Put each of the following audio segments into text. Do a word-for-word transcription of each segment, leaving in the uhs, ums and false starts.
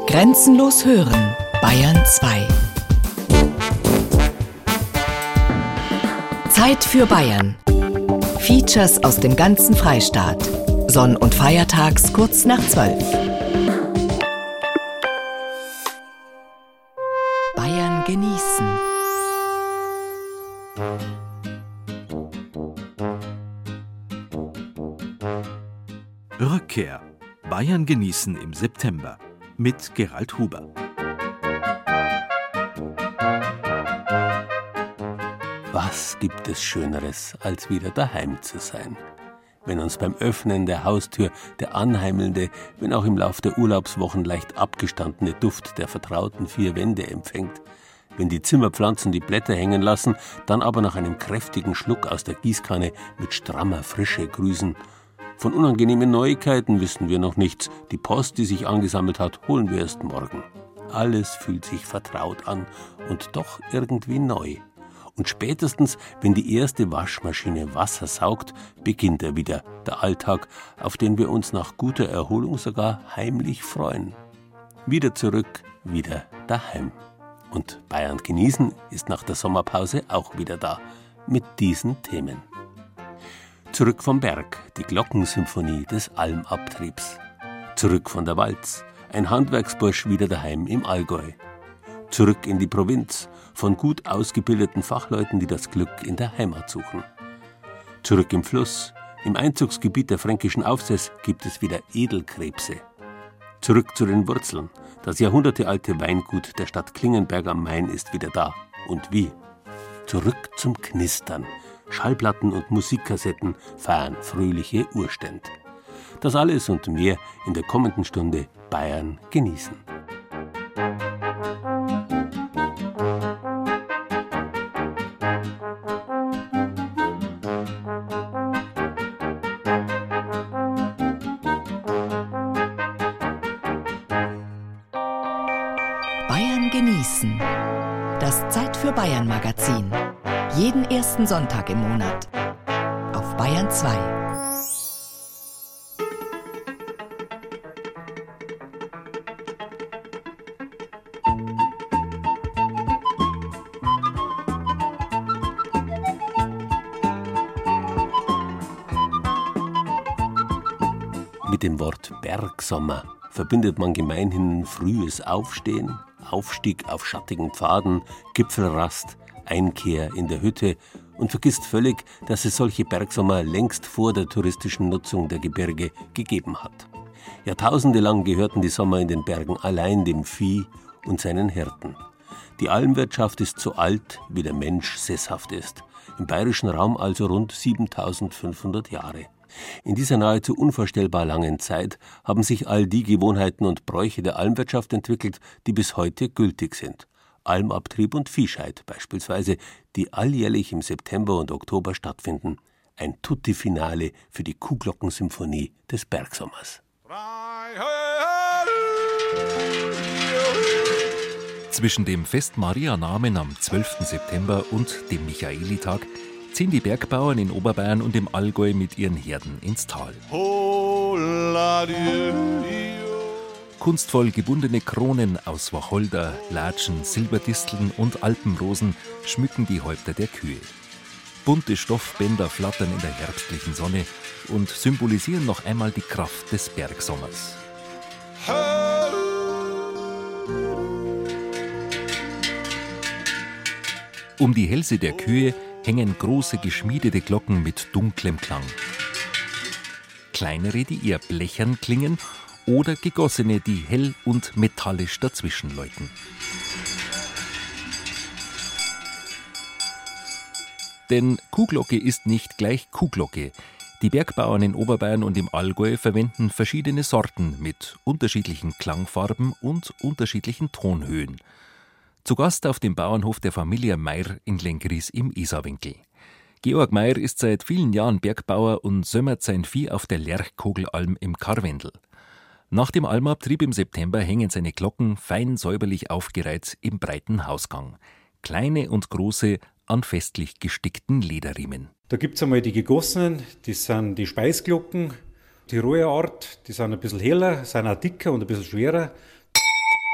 Grenzenlos hören, Bayern zwei. Zeit für Bayern. Features aus dem ganzen Freistaat. Sonn- und Feiertags kurz nach zwölf. Bayern genießen. Rückkehr. Bayern genießen im September. Mit Gerald Huber. Was gibt es Schöneres, als wieder daheim zu sein? Wenn uns beim Öffnen der Haustür der anheimelnde, wenn auch im Lauf der Urlaubswochen leicht abgestandene Duft der vertrauten vier Wände empfängt, wenn die Zimmerpflanzen die Blätter hängen lassen, dann aber nach einem kräftigen Schluck aus der Gießkanne mit strammer Frische grüßen. Von unangenehmen Neuigkeiten wissen wir noch nichts. Die Post, die sich angesammelt hat, holen wir erst morgen. Alles fühlt sich vertraut an und doch irgendwie neu. Und spätestens, wenn die erste Waschmaschine Wasser saugt, beginnt er wieder, der Alltag, auf den wir uns nach guter Erholung sogar heimlich freuen. Wieder zurück, wieder daheim. Und Bayern genießen ist nach der Sommerpause auch wieder da, mit diesen Themen. Zurück vom Berg, die Glockensymphonie des Almabtriebs. Zurück von der Walz, ein Handwerksbursch wieder daheim im Allgäu. Zurück in die Provinz, von gut ausgebildeten Fachleuten, die das Glück in der Heimat suchen. Zurück im Fluss, im Einzugsgebiet der fränkischen Aufseß gibt es wieder Edelkrebse. Zurück zu den Wurzeln, das jahrhundertealte Weingut der Stadt Klingenberg am Main ist wieder da. Und wie? Zurück zum Knistern. Schallplatten und Musikkassetten feiern fröhliche Urständ. Das alles und mehr in der kommenden Stunde Bayern genießen. Bayern genießen. Das Zeit für Bayern Magazin. Jeden ersten Sonntag im Monat. Auf Bayern zwei. Mit dem Wort Bergsommer verbindet man gemeinhin frühes Aufstehen, Aufstieg auf schattigen Pfaden, Gipfelrast, Einkehr in der Hütte und vergisst völlig, dass es solche Bergsommer längst vor der touristischen Nutzung der Gebirge gegeben hat. Jahrtausende lang gehörten die Sommer in den Bergen allein dem Vieh und seinen Hirten. Die Almwirtschaft ist so alt, wie der Mensch sesshaft ist. Im bayerischen Raum also rund siebentausendfünfhundert Jahre. In dieser nahezu unvorstellbar langen Zeit haben sich all die Gewohnheiten und Bräuche der Almwirtschaft entwickelt, die bis heute gültig sind. Almabtrieb und Viehscheid beispielsweise, die alljährlich im September und Oktober stattfinden. Ein Tutti-Finale für die Kuhglockensymphonie des Bergsommers. Zwischen dem Fest Marianamen am zwölften September und dem Michaelitag ziehen die Bergbauern in Oberbayern und im Allgäu mit ihren Herden ins Tal. Kunstvoll gebundene Kronen aus Wacholder, Latschen, Silberdisteln und Alpenrosen schmücken die Häupter der Kühe. Bunte Stoffbänder flattern in der herbstlichen Sonne und symbolisieren noch einmal die Kraft des Bergsommers. Um die Hälse der Kühe hängen große geschmiedete Glocken mit dunklem Klang. Kleinere, die eher blechern klingen, oder gegossene, die hell und metallisch dazwischen läuten. Denn Kuhglocke ist nicht gleich Kuhglocke. Die Bergbauern in Oberbayern und im Allgäu verwenden verschiedene Sorten mit unterschiedlichen Klangfarben und unterschiedlichen Tonhöhen. Zu Gast auf dem Bauernhof der Familie Meier in Lenggries im Isarwinkel. Georg Meier ist seit vielen Jahren Bergbauer und sömmert sein Vieh auf der Lerchkogelalm im Karwendel. Nach dem Almabtrieb im September hängen seine Glocken fein säuberlich aufgereiht im breiten Hausgang. Kleine und große an festlich gestickten Lederriemen. Da gibt es einmal die gegossenen, das sind die Speisglocken. Die rohe Art, die sind ein bisschen heller, sind auch dicker und ein bisschen schwerer.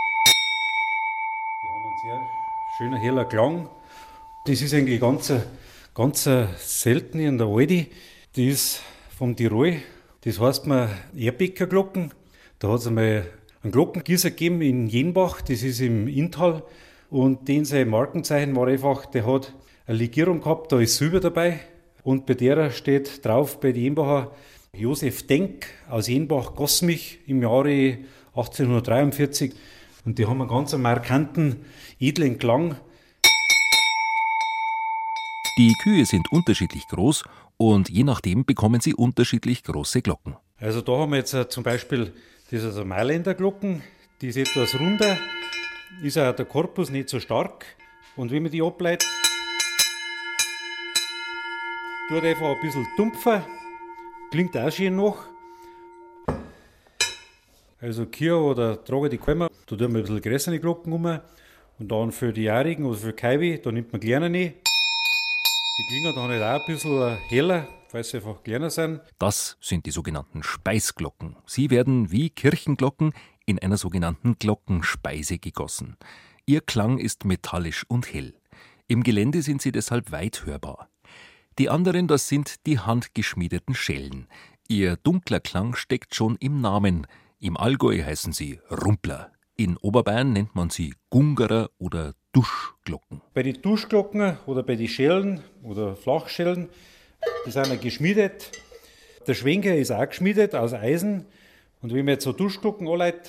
Sehr schöner, heller Klang. Das ist eigentlich ganz, ganz selten in der Aldi. Die ist vom Tirol. Das heißt man Erbäcker-Glocken. Da hat es einmal einen Glockengießer gegeben in Jenbach, das ist im Inntal. Und den sein Markenzeichen war einfach, der hat eine Legierung gehabt, da ist Silber dabei. Und bei der steht drauf bei den Jenbacher, Josef Denk aus Jenbach goss mich im Jahre achtzehnhundertdreiundvierzig. Und die haben einen ganz markanten, edlen Klang. Die Kühe sind unterschiedlich groß und je nachdem bekommen sie unterschiedlich große Glocken. Also da haben wir jetzt zum Beispiel, das ist eine Mailänder Glocken, die ist etwas runder, ist auch der Korpus nicht so stark. Und wenn man die ableitet, tut einfach ein bisschen dumpfer, klingt auch schön noch. Also Kühe oder Trager die Kalmer, da tun wir ein bisschen größere Glocken um. Und dann für die Jährigen oder für Kaiwi, da nimmt man kleinere. Die klingen dann halt auch ein bisschen heller, weil sie einfach kleiner sind. Das sind die sogenannten Speisglocken. Sie werden wie Kirchenglocken in einer sogenannten Glockenspeise gegossen. Ihr Klang ist metallisch und hell. Im Gelände sind sie deshalb weit hörbar. Die anderen, das sind die handgeschmiedeten Schellen. Ihr dunkler Klang steckt schon im Namen. Im Allgäu heißen sie Rumpler. In Oberbayern nennt man sie Gungerer oder Duschglocken. Bei den Duschglocken oder bei den Schellen oder Flachschellen, die sind ja geschmiedet. Der Schwenker ist auch geschmiedet aus Eisen. Und wenn man jetzt so Duschglocken anleitet,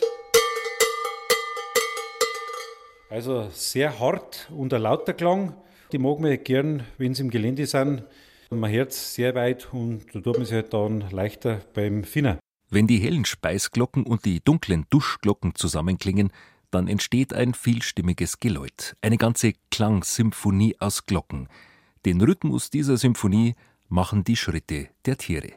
also sehr hart und ein lauter Klang, die mag man gern, wenn sie im Gelände sind. Man hört es sehr weit und da tut man sich halt dann leichter beim Finnen. Wenn die hellen Speisglocken und die dunklen Duschglocken zusammenklingen, dann entsteht ein vielstimmiges Geläut, eine ganze Klangsymphonie aus Glocken. Den Rhythmus dieser Symphonie machen die Schritte der Tiere.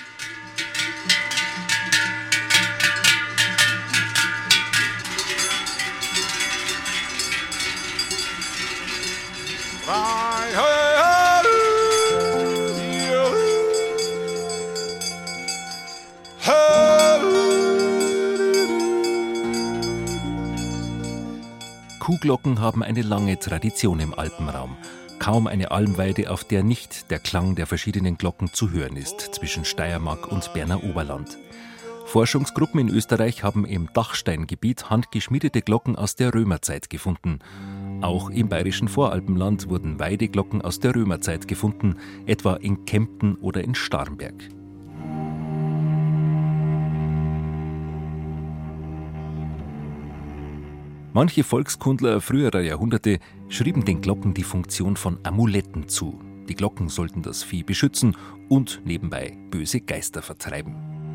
Kuhglocken haben eine lange Tradition im Alpenraum. Kaum eine Almweide, auf der nicht der Klang der verschiedenen Glocken zu hören ist, zwischen Steiermark und Berner Oberland. Forschungsgruppen in Österreich haben im Dachsteingebiet handgeschmiedete Glocken aus der Römerzeit gefunden. Auch im bayerischen Voralpenland wurden Weideglocken aus der Römerzeit gefunden, etwa in Kempten oder in Starnberg. Manche Volkskundler früherer Jahrhunderte schrieben den Glocken die Funktion von Amuletten zu. Die Glocken sollten das Vieh beschützen und nebenbei böse Geister vertreiben.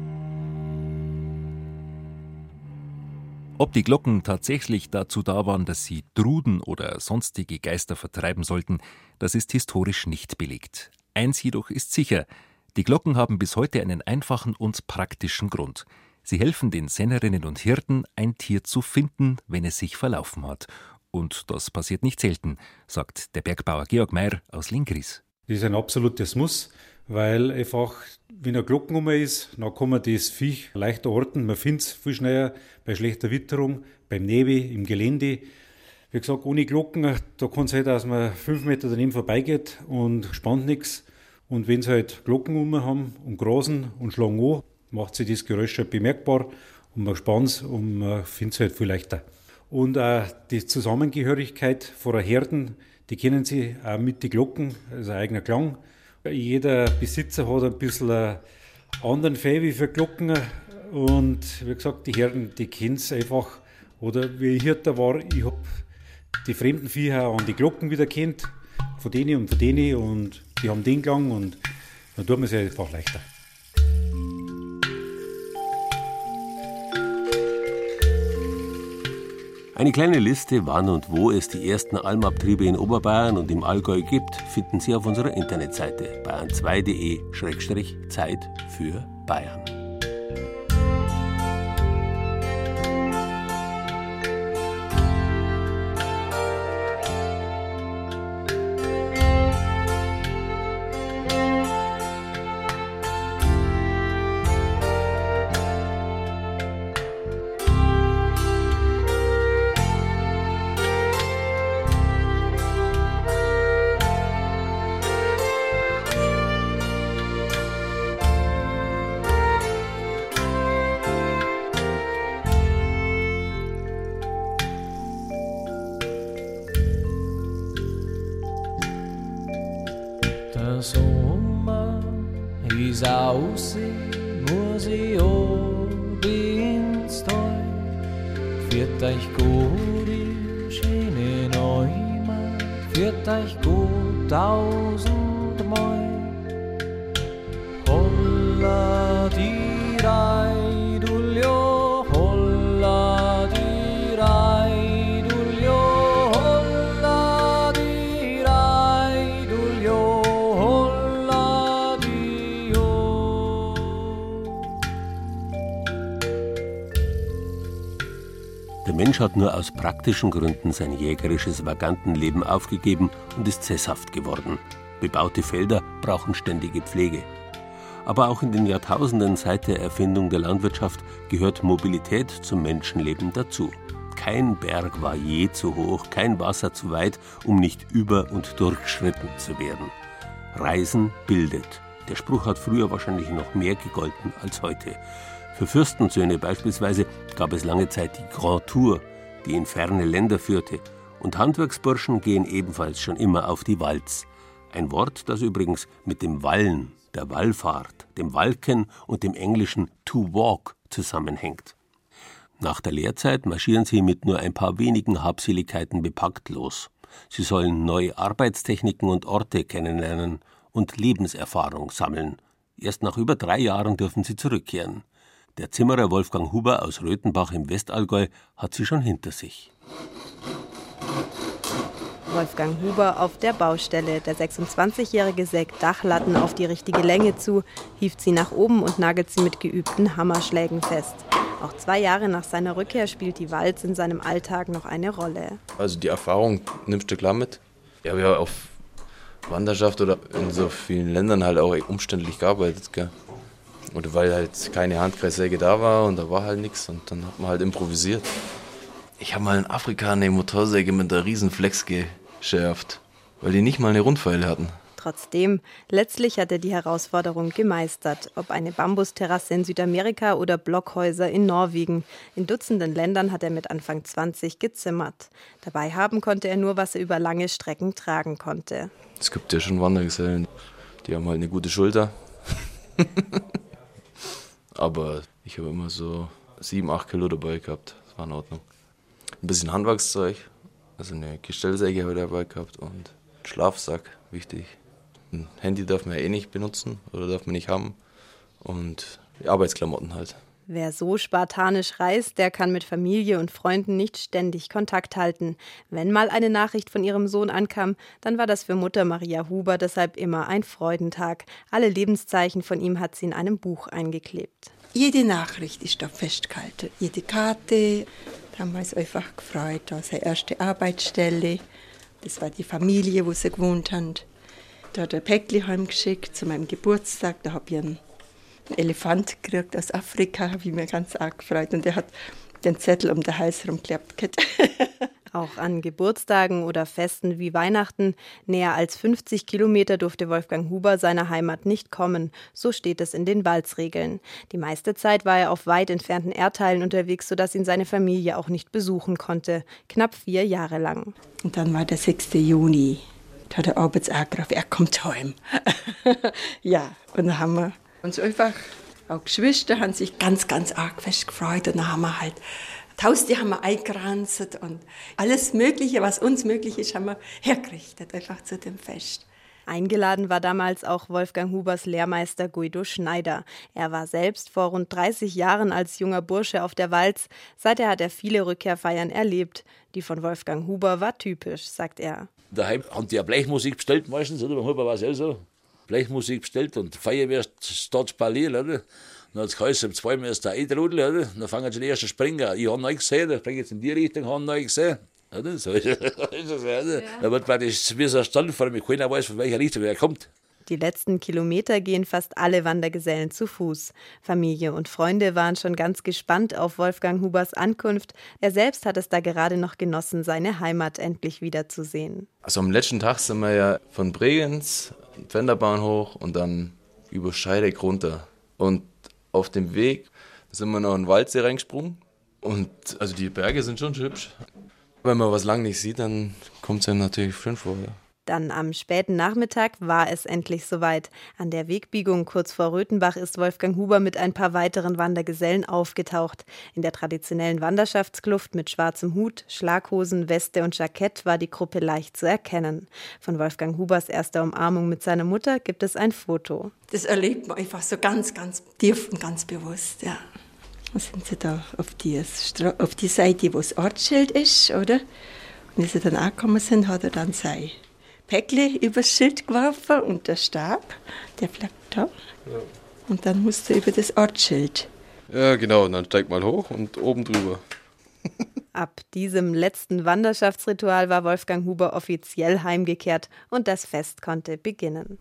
Ob die Glocken tatsächlich dazu da waren, dass sie Druden oder sonstige Geister vertreiben sollten, das ist historisch nicht belegt. Eins jedoch ist sicher: Die Glocken haben bis heute einen einfachen und praktischen Grund. Sie helfen den Sennerinnen und Hirten, ein Tier zu finden, wenn es sich verlaufen hat. Und das passiert nicht selten, sagt der Bergbauer Georg Meier aus Linkries. Das ist ein absolutes Muss, weil einfach, wenn eine Glocken um ist, dann kann man das Viech leichter orten. Man findet es viel schneller bei schlechter Witterung, beim Nebel, im Gelände. Wie gesagt, ohne Glocken, da kann es halt, dass man fünf Meter daneben vorbeigeht und spannt nichts. Und wenn sie halt Glocken um haben und grasen und schlagen an, macht sich das Geräusch halt bemerkbar und man spannt es und man findet es halt viel leichter. Und auch die Zusammengehörigkeit von der Herden, die kennen sie auch mit den Glocken, also ein eigener Klang. Jeder Besitzer hat ein bisschen einen anderen Faible für Glocken und wie gesagt, die Herden, die kennen es einfach. Oder wie ich Hirte war, ich habe die fremden Viecher an die Glocken wieder kennt, von denen und von denen und die haben den Klang und dann tut man es einfach leichter. Eine kleine Liste, wann und wo es die ersten Almabtriebe in Oberbayern und im Allgäu gibt, finden Sie auf unserer Internetseite bayern zwei punkt de Schrägstrich Zeit für Bayern. Sommer is aussehen, muss ich oben ins Tal. Führt euch gut, ihr schöne Neumann, führt euch gut tausendmal. Holla die Reiduljo, holla die Reiduljo, holla die Reiduljo, holla die Jo. Der Mensch hat nur aus praktischen Gründen sein jägerisches Vagantenleben aufgegeben und ist sesshaft geworden. Bebaute Felder brauchen ständige Pflege. Aber auch in den Jahrtausenden seit der Erfindung der Landwirtschaft gehört Mobilität zum Menschenleben dazu. Kein Berg war je zu hoch, kein Wasser zu weit, um nicht über- und durchschritten zu werden. Reisen bildet. Der Spruch hat früher wahrscheinlich noch mehr gegolten als heute. Für Fürstensöhne beispielsweise gab es lange Zeit die Grand Tour, die in ferne Länder führte. Und Handwerksburschen gehen ebenfalls schon immer auf die Walz. Ein Wort, das übrigens mit dem Wallen, der Wallfahrt, dem Walken und dem englischen to walk zusammenhängt. Nach der Lehrzeit marschieren sie mit nur ein paar wenigen Habseligkeiten bepackt los. Sie sollen neue Arbeitstechniken und Orte kennenlernen und Lebenserfahrung sammeln. Erst nach über drei Jahren dürfen sie zurückkehren. Der Zimmerer Wolfgang Huber aus Röthenbach im Westallgäu hat sie schon hinter sich. Wolfgang Huber auf der Baustelle. Der sechsundzwanzigjährige sägt Dachlatten auf die richtige Länge zu, hieft sie nach oben und nagelt sie mit geübten Hammerschlägen fest. Auch zwei Jahre nach seiner Rückkehr spielt die Walz in seinem Alltag noch eine Rolle. Also die Erfahrung nimmst du klar mit. Ich habe ja auf Wanderschaft oder in so vielen Ländern halt auch umständlich gearbeitet, gell? Oder weil halt keine Handkreissäge da war und da war halt nichts und dann hat man halt improvisiert. Ich habe mal in Afrika eine Motorsäge mit einer riesen Flex geschärft, weil die nicht mal eine Rundpfeile hatten. Trotzdem, letztlich hat er die Herausforderung gemeistert. Ob eine Bambusterrasse in Südamerika oder Blockhäuser in Norwegen. In Dutzenden Ländern hat er mit Anfang zwanzig gezimmert. Dabei haben konnte er nur, was er über lange Strecken tragen konnte. Es gibt ja schon Wandergesellen, die haben halt eine gute Schulter. Aber ich habe immer so sieben, acht Kilo dabei gehabt. Das war in Ordnung. Ein bisschen Handwerkszeug, also eine Gestellsäge habe ich dabei gehabt und einen Schlafsack, wichtig. Ein Handy darf man ja eh nicht benutzen oder darf man nicht haben und die Arbeitsklamotten halt. Wer so spartanisch reist, der kann mit Familie und Freunden nicht ständig Kontakt halten. Wenn mal eine Nachricht von ihrem Sohn ankam, dann war das für Mutter Maria Huber deshalb immer ein Freudentag. Alle Lebenszeichen von ihm hat sie in einem Buch eingeklebt. Jede Nachricht ist da festgehalten, jede Karte. Da haben wir uns einfach gefreut, an seine erste Arbeitsstelle. Das war die Familie, wo sie gewohnt haben. Da hat er ein Päckchen heimgeschickt zu meinem Geburtstag. Da habe ich einen Elefant gekriegt aus Afrika, habe ich mir ganz arg gefreut. Und er hat den Zettel um den Hals rumgeklebt. Auch an Geburtstagen oder Festen wie Weihnachten, näher als fünfzig Kilometer durfte Wolfgang Huber seiner Heimat nicht kommen. So steht es in den Walzregeln. Die meiste Zeit war er auf weit entfernten Erdteilen unterwegs, sodass ihn seine Familie auch nicht besuchen konnte. Knapp vier Jahre lang. Und dann war der sechste Juni. Da hat der Arbeits angerufen, er kommt heim. Ja, und dann haben wir uns einfach, auch Geschwister haben sich ganz, ganz arg fest gefreut. Und dann haben wir halt Haustiere haben wir eingeranzt und alles Mögliche, was uns möglich ist, haben wir hergerichtet, einfach zu dem Fest. Eingeladen war damals auch Wolfgang Hubers Lehrmeister Guido Schneider. Er war selbst vor rund dreißig Jahren als junger Bursche auf der Walz. Seither hat er viele Rückkehrfeiern erlebt. Die von Wolfgang Huber war typisch, sagt er. Daheim haben die ja Blechmusik bestellt meistens, oder? Beim Huber war es ja so. Blechmusik bestellt und Feuerwehr steht parallel, oder? Dann hat es geheißen, um zwei Uhr ist der Eidrudel, oder? Dann fangen sie den ersten Springer. Ich habe noch nicht gesehen, dann springe ich jetzt in die Richtung, habe noch nicht gesehen. Oder? So ist es, oder? Ja. Da wird man das wie so ein Stand vor mir, keiner weiß, von welcher Richtung er kommt. Die letzten Kilometer gehen fast alle Wandergesellen zu Fuß. Familie und Freunde waren schon ganz gespannt auf Wolfgang Hubers Ankunft. Er selbst hat es da gerade noch genossen, seine Heimat endlich wiederzusehen. Also am letzten Tag sind wir ja von Bregenz, Pfänderbahn hoch und dann über Scheideck runter. Und auf dem Weg sind wir noch in den Waldsee reingesprungen. Und also die Berge sind schon hübsch. Wenn man was lang nicht sieht, dann kommt es einem natürlich schön vor. Ja. Dann am späten Nachmittag war es endlich soweit. An der Wegbiegung kurz vor Röthenbach ist Wolfgang Huber mit ein paar weiteren Wandergesellen aufgetaucht. In der traditionellen Wanderschaftskluft mit schwarzem Hut, Schlaghosen, Weste und Jackett war die Gruppe leicht zu erkennen. Von Wolfgang Hubers erster Umarmung mit seiner Mutter gibt es ein Foto. Das erlebt man einfach so ganz, ganz tief und ganz bewusst, ja. Dann sind sie da auf die, Stra- auf die Seite, wo das Ortsschild ist, oder? Und wie sie dann angekommen sind, hat er dann sein Päckli übers Schild geworfen und der Stab, der bleibt da. Ja. Und dann musste er über das Ortsschild. Ja, genau, und dann steigt mal hoch und oben drüber. Ab diesem letzten Wanderschaftsritual war Wolfgang Huber offiziell heimgekehrt und das Fest konnte beginnen.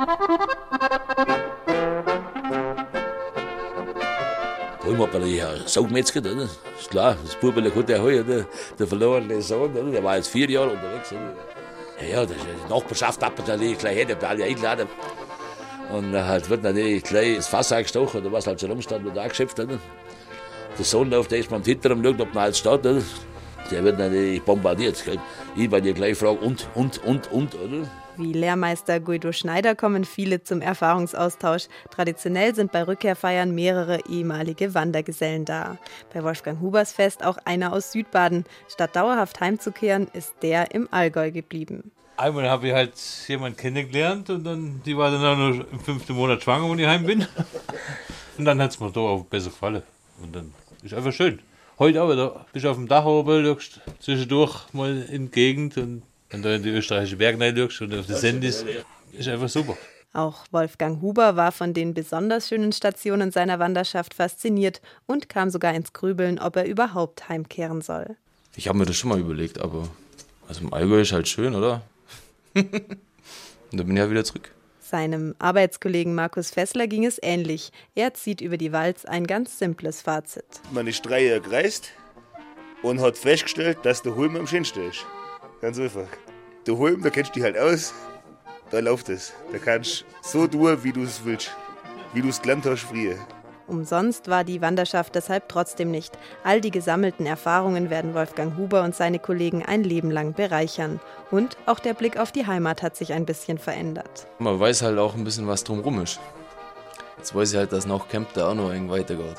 Daheim hat man ja Sau gemetzelt, oder? Ist klar, das Bubele konnte er holen, der, der verlorene Sohn, oder? Der war jetzt vier Jahre unterwegs. Oder? Ja, ja, das, die Nachbarschaft hat man natürlich gleich hin, die alle eingeladen. Und dann halt wird natürlich gleich das Fass eingestochen, oder was halt so rumstand und angeschöpft, oder? Der Sohn läuft erstmal hinter ihm, schaut, ob man alles steht, oder? Der wird natürlich bombardiert. Gell? Ich werde dir gleich fragen, und, und, und, und, oder? Wie Lehrmeister Guido Schneider kommen viele zum Erfahrungsaustausch. Traditionell sind bei Rückkehrfeiern mehrere ehemalige Wandergesellen da. Bei Wolfgang Hubers Fest auch einer aus Südbaden. Statt dauerhaft heimzukehren, ist der im Allgäu geblieben. Einmal habe ich halt jemanden kennengelernt und dann, die war dann auch noch im fünften Monat schwanger, wenn ich heim bin. Und dann hat es mir da auch besser gefallen. Und dann ist einfach schön. Heute aber, da bist du auf dem Dach oben, schaust zwischendurch mal in die Gegend und wenn du in die österreichische Berge reinschaust und auf die Sendis, ist einfach super. Auch Wolfgang Huber war von den besonders schönen Stationen seiner Wanderschaft fasziniert und kam sogar ins Grübeln, ob er überhaupt heimkehren soll. Ich habe mir das schon mal überlegt, aber also im Allgäu ist halt schön, oder? Und dann bin ich ja wieder zurück. Seinem Arbeitskollegen Markus Fessler ging es ähnlich. Er zieht über die Walz ein ganz simples Fazit. Man ist drei Jahre gereist und hat festgestellt, dass der Holm am schönsten ist. Ganz einfach. Der Holm, da kennst du dich halt aus, da läuft es. Da kannst du so tun, wie du es willst, wie du es gelernt hast früher. Umsonst war die Wanderschaft deshalb trotzdem nicht. All die gesammelten Erfahrungen werden Wolfgang Huber und seine Kollegen ein Leben lang bereichern. Und auch der Blick auf die Heimat hat sich ein bisschen verändert. Man weiß halt auch ein bisschen, was drumherum ist. Jetzt weiß ich halt, dass nach Camp da auch noch irgendwie weitergeht.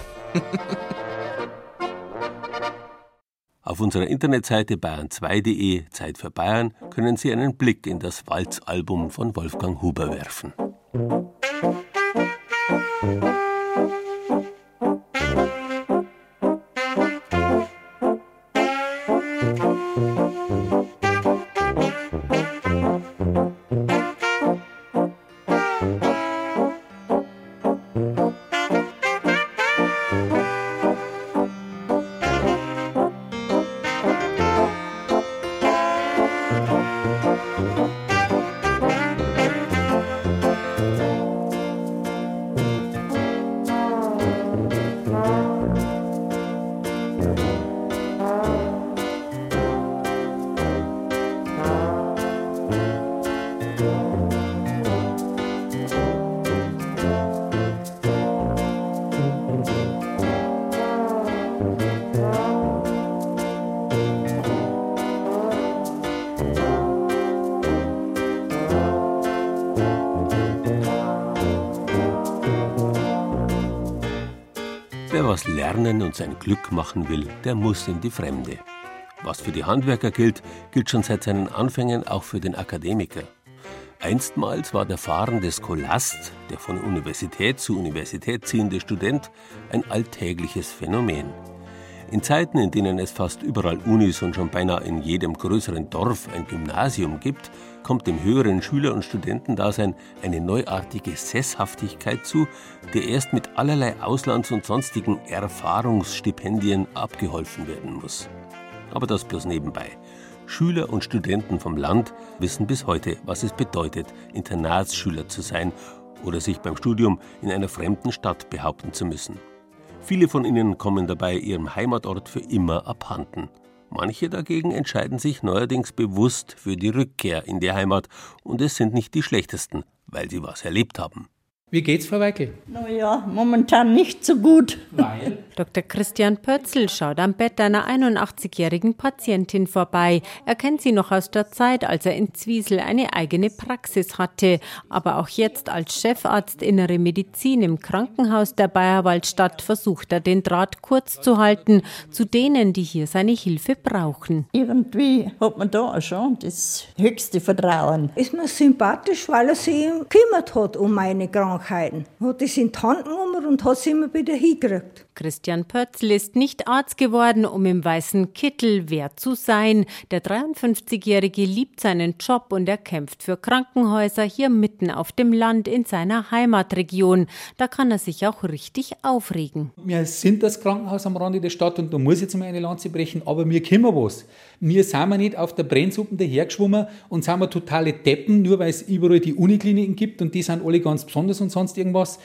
Auf unserer Internetseite bayern zwei punkt de Zeit für Bayern können Sie einen Blick in das Walzalbum von Wolfgang Huber werfen. Wer was lernen und sein Glück machen will, der muss in die Fremde. Was für die Handwerker gilt, gilt schon seit seinen Anfängen auch für den Akademiker. Einstmals war der fahrende Scholast, der von Universität zu Universität ziehende Student, ein alltägliches Phänomen. In Zeiten, in denen es fast überall Unis und schon beinahe in jedem größeren Dorf ein Gymnasium gibt, kommt dem höheren Schüler- und Studentendasein eine neuartige Sesshaftigkeit zu, der erst mit allerlei Auslands- und sonstigen Erfahrungsstipendien abgeholfen werden muss. Aber das bloß nebenbei. Schüler und Studenten vom Land wissen bis heute, was es bedeutet, Internatsschüler zu sein oder sich beim Studium in einer fremden Stadt behaupten zu müssen. Viele von ihnen kommen dabei ihrem Heimatort für immer abhanden. Manche dagegen entscheiden sich neuerdings bewusst für die Rückkehr in die Heimat und es sind nicht die schlechtesten, weil sie was erlebt haben. Wie geht's, Frau Weickel? Na ja, momentan nicht so gut. Weil? Doktor Christian Pötzl schaut am Bett einer einundachtzigjährigen Patientin vorbei. Er kennt sie noch aus der Zeit, als er in Zwiesel eine eigene Praxis hatte. Aber auch jetzt als Chefarzt Innere Medizin im Krankenhaus der Bayerwaldstadt versucht er, den Draht kurz zu halten zu denen, die hier seine Hilfe brauchen. Irgendwie hat man da schon das höchste Vertrauen. Ist mir sympathisch, weil er sich gekümmert hat um meine Krankheiten. Hat es in die Hand genommen und hat es immer wieder hingekriegt. Christian Pötzl ist nicht Arzt geworden, um im weißen Kittel wer zu sein. Der dreiundfünfzigjährige liebt seinen Job und er kämpft für Krankenhäuser hier mitten auf dem Land in seiner Heimatregion. Da kann er sich auch richtig aufregen. Wir sind das Krankenhaus am Rande der Stadt und da muss jetzt mal eine Lanze brechen, aber wir können was. Wir sind wir nicht auf der Brennsuppen dahergeschwommen und sind wir totale Deppen, nur weil es überall die Unikliniken gibt und die sind alle ganz besonders und sonst irgendwas.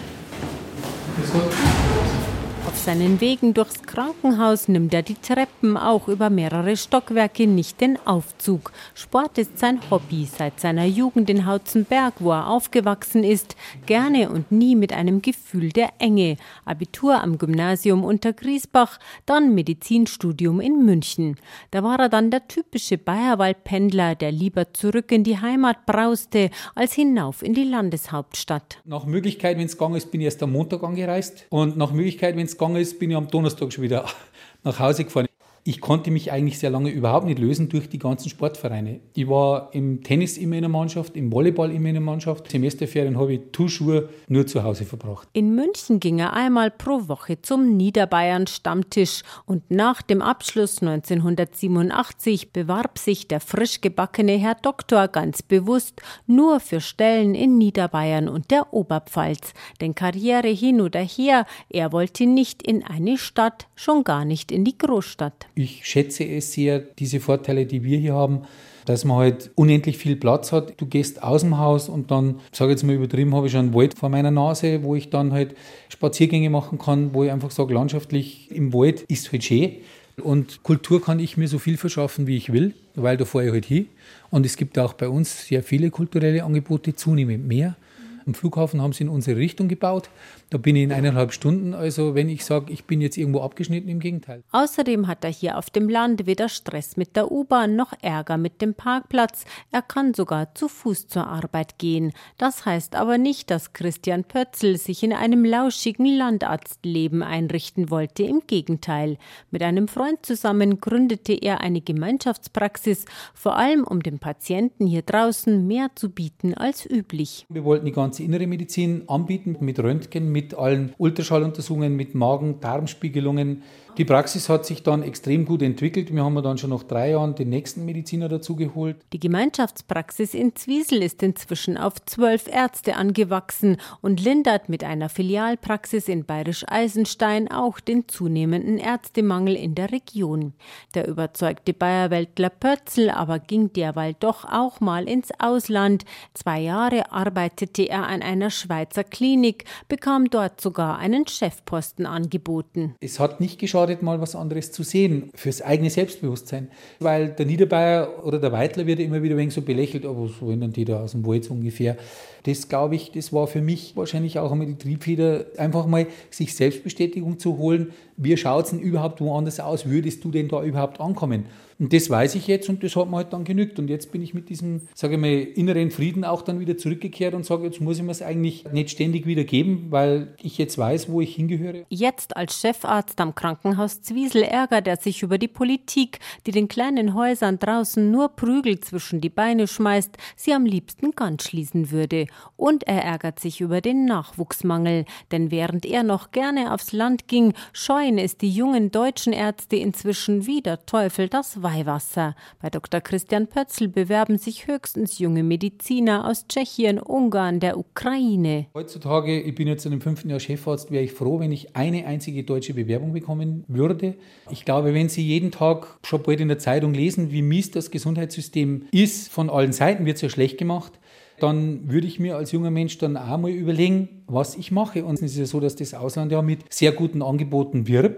Auf seinen Wegen durchs Krankenhaus nimmt er die Treppen, auch über mehrere Stockwerke, nicht den Aufzug. Sport ist sein Hobby seit seiner Jugend in Hautzenberg, wo er aufgewachsen ist. Gerne und nie mit einem Gefühl der Enge. Abitur am Gymnasium unter Griesbach, dann Medizinstudium in München. Da war er dann der typische Bayerwald-Pendler, der lieber zurück in die Heimat brauste, als hinauf in die Landeshauptstadt. Nach Möglichkeit, wenn es gegangen ist, bin ich erst am Montag angereist und nach Möglichkeit, wenn es gegangen ist, bin ich am Donnerstag schon wieder nach Hause gefahren. Ich konnte mich eigentlich sehr lange überhaupt nicht lösen durch die ganzen Sportvereine. Ich war im Tennis immer in der Mannschaft, im Volleyball immer in der Mannschaft. Semesterferien habe ich toujours nur zu Hause verbracht. In München ging er einmal pro Woche zum Niederbayern-Stammtisch und nach dem Abschluss neunzehnhundertsiebenundachtzig bewarb sich der frisch gebackene Herr Doktor ganz bewusst nur für Stellen in Niederbayern und der Oberpfalz. Denn Karriere hin oder her, er wollte nicht in eine Stadt, schon gar nicht in die Großstadt. Ich schätze es sehr, diese Vorteile, die wir hier haben, dass man halt unendlich viel Platz hat. Du gehst aus dem Haus und dann, sage ich jetzt mal übertrieben, habe ich schon einen Wald vor meiner Nase, wo ich dann halt Spaziergänge machen kann, wo ich einfach sage, landschaftlich im Wald ist halt schön. Und Kultur kann ich mir so viel verschaffen, wie ich will, weil da fahre ich halt hin. Und es gibt auch bei uns sehr viele kulturelle Angebote, zunehmend mehr. Am Flughafen haben sie in unsere Richtung gebaut. Da bin ich in eineinhalb Stunden. Also wenn ich sage, ich bin jetzt irgendwo abgeschnitten, im Gegenteil. Außerdem hat er hier auf dem Land weder Stress mit der U-Bahn noch Ärger mit dem Parkplatz. Er kann sogar zu Fuß zur Arbeit gehen. Das heißt aber nicht, dass Christian Pötzl sich in einem lauschigen Landarztleben einrichten wollte. Im Gegenteil. Mit einem Freund zusammen gründete er eine Gemeinschaftspraxis, vor allem um den Patienten hier draußen mehr zu bieten als üblich. Wir wollten die ganze innere Medizin anbieten mit Röntgen, mit mit allen Ultraschalluntersuchungen, mit Magen-Darm-Spiegelungen. Die Praxis hat sich dann extrem gut entwickelt. Wir haben dann schon nach drei Jahren den nächsten Mediziner dazu geholt. Die Gemeinschaftspraxis in Zwiesel ist inzwischen auf zwölf Ärzte angewachsen und lindert mit einer Filialpraxis in Bayerisch-Eisenstein auch den zunehmenden Ärztemangel in der Region. Der überzeugte Bayerweltler Pötzl aber ging derweil doch auch mal ins Ausland. Zwei Jahre arbeitete er an einer Schweizer Klinik, bekam dort sogar einen Chefposten angeboten. Es hat nicht geschadet, mal was anderes zu sehen, fürs eigene Selbstbewusstsein. Weil der Niederbayer oder der Weitler wird ja immer wieder ein wenig so belächelt, aber so wollen dann die da aus dem Wald so ungefähr. Das, glaube ich, das war für mich wahrscheinlich auch einmal die Triebfeder, einfach mal sich Selbstbestätigung zu holen. Wie schaut es denn überhaupt woanders aus? Würdest du denn da überhaupt ankommen? Und das weiß ich jetzt und das hat mir halt dann genügt. Und jetzt bin ich mit diesem, sage ich mal, inneren Frieden auch dann wieder zurückgekehrt und sage, jetzt muss ich mir es eigentlich nicht ständig wieder geben, weil ich jetzt weiß, wo ich hingehöre. Jetzt als Chefarzt am Krankenhaus Zwiesel ärgert er sich über die Politik, die den kleinen Häusern draußen nur Prügel zwischen die Beine schmeißt, sie am liebsten ganz schließen würde. Und er ärgert sich über den Nachwuchsmangel, denn während er noch gerne aufs Land ging, scheuen es die jungen deutschen Ärzte inzwischen wie der Teufel das Weihwasser. Bei Doktor Christian Pötzl bewerben sich höchstens junge Mediziner aus Tschechien, Ungarn, der Ukraine. Heutzutage, ich bin jetzt in dem fünften Jahr Chefarzt, wäre ich froh, wenn ich eine einzige deutsche Bewerbung bekommen würde. Ich glaube, wenn Sie jeden Tag schon bald in der Zeitung lesen, wie mies das Gesundheitssystem ist, von allen Seiten wird es ja schlecht gemacht, dann würde ich mir als junger Mensch dann auch mal überlegen, was ich mache. Und es ist ja so, dass das Ausland ja mit sehr guten Angeboten wirbt.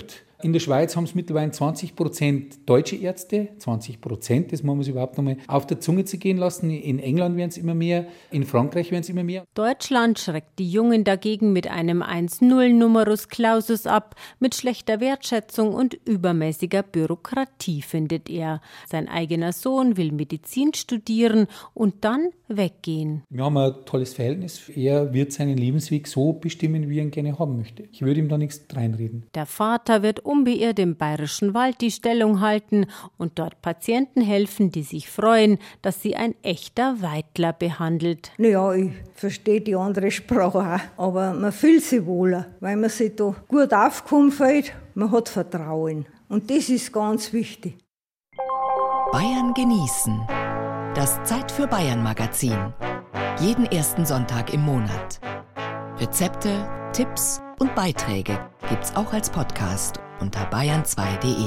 In der Schweiz haben es mittlerweile zwanzig Prozent deutsche Ärzte, zwanzig Prozent, das muss man sich überhaupt noch mal auf der Zunge zu gehen lassen. In England werden es immer mehr, in Frankreich werden es immer mehr. Deutschland schreckt die Jungen dagegen mit einem eins null Numerus Clausus ab, mit schlechter Wertschätzung und übermäßiger Bürokratie, findet er. Sein eigener Sohn will Medizin studieren und dann weggehen. Wir haben ein tolles Verhältnis. Er wird seinen Lebensweg so bestimmen, wie er ihn gerne haben möchte. Ich würde ihm da nichts reinreden. Der Vater wird unbeirrt im Bayerischen Wald die Stellung halten und dort Patienten helfen, die sich freuen, dass sie ein echter Weidler behandelt. Naja, ich verstehe die andere Sprache auch, aber man fühlt sich wohler, weil man sich da gut aufgekommen fühlt. Man hat Vertrauen und das ist ganz wichtig. Bayern genießen. Das Zeit für Bayern Magazin. Jeden ersten Sonntag im Monat. Rezepte, Tipps und Beiträge gibt's auch als Podcast unter bayern zwei punkt de.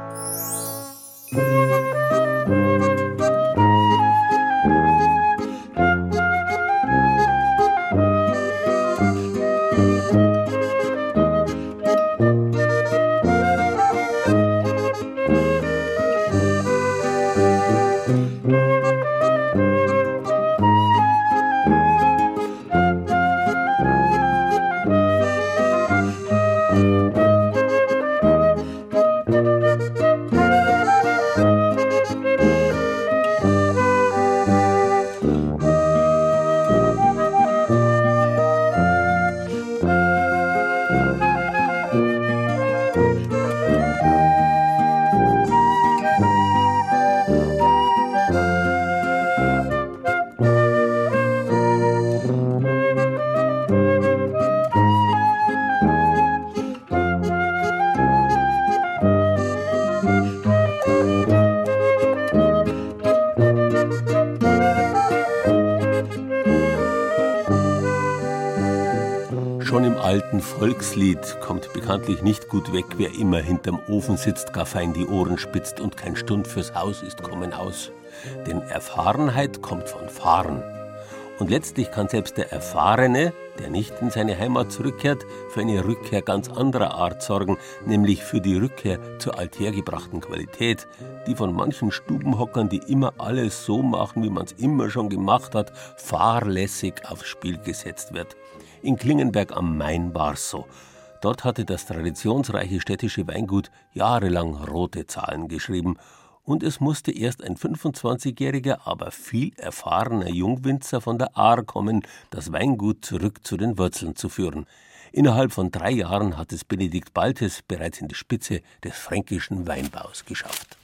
Volkslied kommt bekanntlich nicht gut weg, wer immer hinterm Ofen sitzt, gar fein die Ohren spitzt und kein Stund fürs Haus ist kommen aus. Denn Erfahrenheit kommt von Fahren. Und letztlich kann selbst der Erfahrene, der nicht in seine Heimat zurückkehrt, für eine Rückkehr ganz anderer Art sorgen, nämlich für die Rückkehr zur althergebrachten Qualität, die von manchen Stubenhockern, die immer alles so machen, wie man es immer schon gemacht hat, fahrlässig aufs Spiel gesetzt wird. In Klingenberg am Main war's so. Dort hatte das traditionsreiche städtische Weingut jahrelang rote Zahlen geschrieben. Und es musste erst ein fünfundzwanzigjähriger, aber viel erfahrener Jungwinzer von der Ahr kommen, das Weingut zurück zu den Wurzeln zu führen. Innerhalb von drei Jahren hat es Benedikt Baltes bereits in die Spitze des fränkischen Weinbaus geschafft.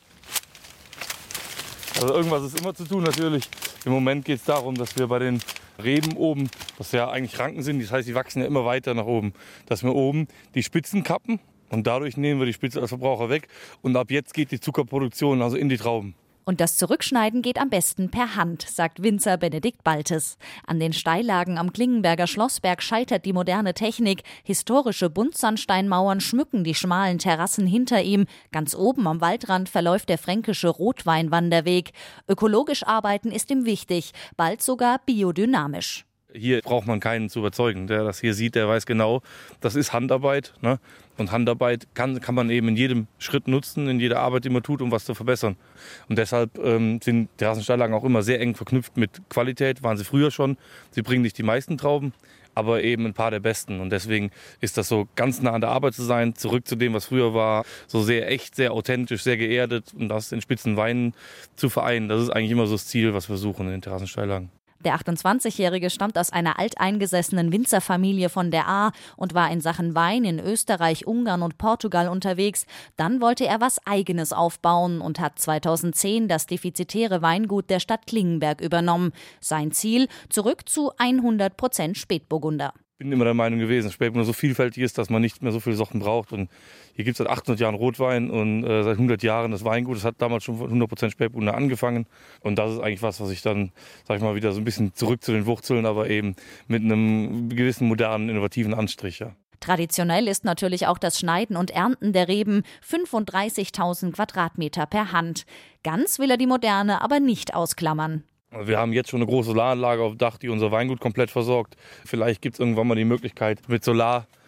Also irgendwas ist immer zu tun natürlich. Im Moment geht es darum, dass wir bei den Reben oben, das ja eigentlich Ranken sind, das heißt, die wachsen ja immer weiter nach oben, dass wir oben die Spitzen kappen und dadurch nehmen wir die Spitze als Verbraucher weg und ab jetzt geht die Zuckerproduktion also in die Trauben. Und das Zurückschneiden geht am besten per Hand, sagt Winzer Benedikt Baltes. An den Steillagen am Klingenberger Schlossberg scheitert die moderne Technik. Historische Buntsandsteinmauern schmücken die schmalen Terrassen hinter ihm. Ganz oben am Waldrand verläuft der fränkische Rotweinwanderweg. Ökologisch arbeiten ist ihm wichtig, bald sogar biodynamisch. Hier braucht man keinen zu überzeugen. Der das hier sieht, der weiß genau, das ist Handarbeit. Ne? Und Handarbeit kann, kann man eben in jedem Schritt nutzen, in jeder Arbeit, die man tut, um was zu verbessern. Und deshalb ähm, sind Terrassensteillagen auch immer sehr eng verknüpft mit Qualität. Waren sie früher schon. Sie bringen nicht die meisten Trauben, aber eben ein paar der besten. Und deswegen ist das so, ganz nah an der Arbeit zu sein, zurück zu dem, was früher war, so sehr echt, sehr authentisch, sehr geerdet und das in spitzen Weinen zu vereinen. Das ist eigentlich immer so das Ziel, was wir suchen in den Terrassensteillagen. Der achtundzwanzigjährige stammt aus einer alteingesessenen Winzerfamilie von der Ahr und war in Sachen Wein in Österreich, Ungarn und Portugal unterwegs. Dann wollte er was Eigenes aufbauen und hat zweitausendzehn das defizitäre Weingut der Stadt Klingenberg übernommen. Sein Ziel: zurück zu hundert Prozent Spätburgunder. Ich bin immer der Meinung gewesen, dass Spätburgunder so vielfältig ist, dass man nicht mehr so viele Sorten braucht. Und hier gibt es seit achthundert Jahren Rotwein und äh, seit hundert Jahren das Weingut. Das hat damals schon hundert Prozent Spätburgunder angefangen. Und das ist eigentlich was, was ich dann, sag ich mal, wieder so ein bisschen zurück zu den Wurzeln, aber eben mit einem gewissen modernen, innovativen Anstrich. Ja. Traditionell ist natürlich auch das Schneiden und Ernten der Reben, fünfunddreißigtausend Quadratmeter per Hand. Ganz will er die Moderne aber nicht ausklammern. Wir haben jetzt schon eine große Solaranlage auf dem Dach, die unser Weingut komplett versorgt. Vielleicht gibt es irgendwann mal die Möglichkeit, mit Solar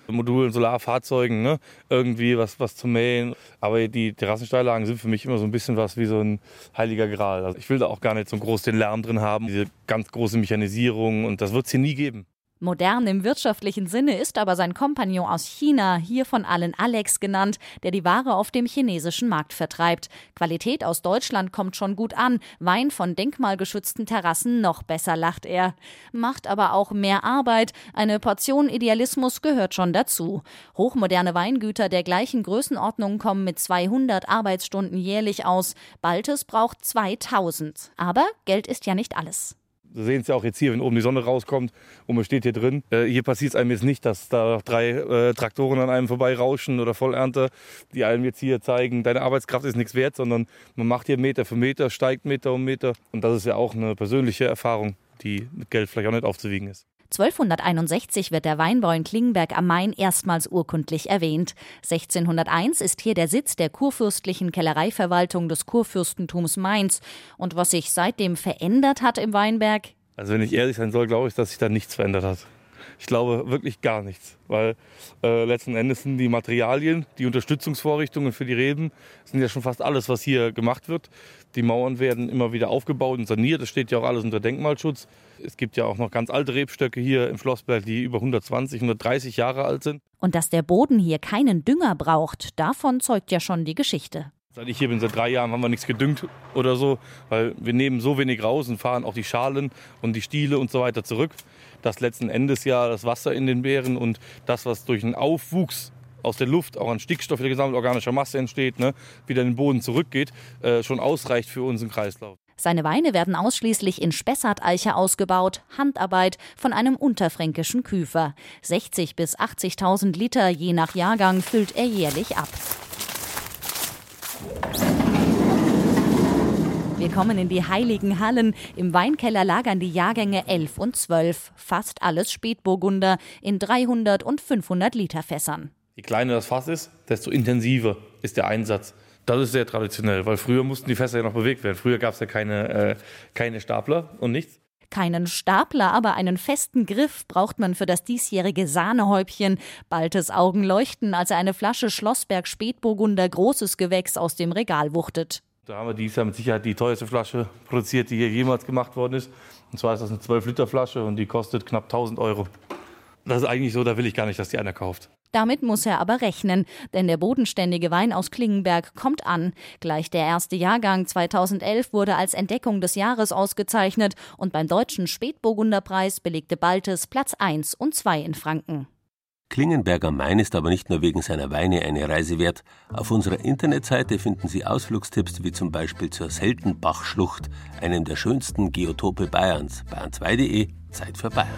Modulen, Solarfahrzeugen, ne? Irgendwie was, was zu mähen. Aber die Terrassensteillagen sind für mich immer so ein bisschen was wie so ein heiliger Gral. Also ich will da auch gar nicht so groß den Lärm drin haben, diese ganz große Mechanisierung, und das wird es hier nie geben. Modern im wirtschaftlichen Sinne ist aber sein Kompagnon aus China, hier von allen Alex genannt, der die Ware auf dem chinesischen Markt vertreibt. Qualität aus Deutschland kommt schon gut an, Wein von denkmalgeschützten Terrassen noch besser, lacht er. Macht aber auch mehr Arbeit, eine Portion Idealismus gehört schon dazu. Hochmoderne Weingüter der gleichen Größenordnung kommen mit zweihundert Arbeitsstunden jährlich aus, Baltes braucht zweitausend. Aber Geld ist ja nicht alles. Sie sehen es ja auch jetzt hier, wenn oben die Sonne rauskommt und man steht hier drin. Äh, hier passiert es einem jetzt nicht, dass da drei äh, Traktoren an einem vorbeirauschen oder Vollernter, die einem jetzt hier zeigen, deine Arbeitskraft ist nichts wert, sondern man macht hier Meter für Meter, steigt Meter um Meter. Und das ist ja auch eine persönliche Erfahrung, die mit Geld vielleicht auch nicht aufzuwiegen ist. zwölfhunderteinundsechzig wird der Weinbau in Klingenberg am Main erstmals urkundlich erwähnt. sechzehnhunderteins ist hier der Sitz der kurfürstlichen Kellereiverwaltung des Kurfürstentums Mainz. Und was sich seitdem verändert hat im Weinberg? Also wenn ich ehrlich sein soll, glaube ich, dass sich da nichts verändert hat. Ich glaube wirklich gar nichts, weil äh, letzten Endes sind die Materialien, die Unterstützungsvorrichtungen für die Reben, sind ja schon fast alles, was hier gemacht wird. Die Mauern werden immer wieder aufgebaut und saniert, das steht ja auch alles unter Denkmalschutz. Es gibt ja auch noch ganz alte Rebstöcke hier im Schlossberg, die über hundertzwanzig, hundertdreißig Jahre alt sind. Und dass der Boden hier keinen Dünger braucht, davon zeugt ja schon die Geschichte. Seit ich hier bin, seit drei Jahren, haben wir nichts gedüngt oder so, weil wir nehmen so wenig raus und fahren auch die Schalen und die Stiele und so weiter zurück, dass letzten Endes ja das Wasser in den Beeren und das, was durch einen Aufwuchs aus der Luft, auch an Stickstoff, der gesammelt organischer Masse entsteht, ne, wieder in den Boden zurückgeht, äh, schon ausreicht für unseren Kreislauf. Seine Weine werden ausschließlich in Spessart-Eiche ausgebaut, Handarbeit von einem unterfränkischen Küfer. sechzigtausend bis achtzigtausend Liter je nach Jahrgang füllt er jährlich ab. Wir kommen in die heiligen Hallen. Im Weinkeller lagern die Jahrgänge elf und zwölf. Fast alles Spätburgunder in dreihundert und fünfhundert Liter Fässern. Je kleiner das Fass ist, desto intensiver ist der Einsatz. Das ist sehr traditionell, weil früher mussten die Fässer ja noch bewegt werden. Früher gab es ja keine, äh, keine Stapler und nichts. Keinen Stapler, aber einen festen Griff braucht man für das diesjährige Sahnehäubchen. Baltes Augen leuchten, als er eine Flasche Schlossberg Spätburgunder großes Gewächs aus dem Regal wuchtet. Da haben wir dieses Jahr mit Sicherheit die teuerste Flasche produziert, die hier jemals gemacht worden ist. Und zwar ist das eine zwölf Liter Flasche und die kostet knapp tausend Euro. Das ist eigentlich so, da will ich gar nicht, dass die einer kauft. Damit muss er aber rechnen, denn der bodenständige Wein aus Klingenberg kommt an. Gleich der erste Jahrgang zweitausendelf wurde als Entdeckung des Jahres ausgezeichnet und beim Deutschen Spätburgunderpreis belegte Baltes Platz eins und zwei in Franken. Klingenberg am Main ist aber nicht nur wegen seiner Weine eine Reise wert. Auf unserer Internetseite finden Sie Ausflugstipps wie zum Beispiel zur Seltenbachschlucht, einem der schönsten Geotope Bayerns. bayern zwei punkt de, Zeit für Bayern.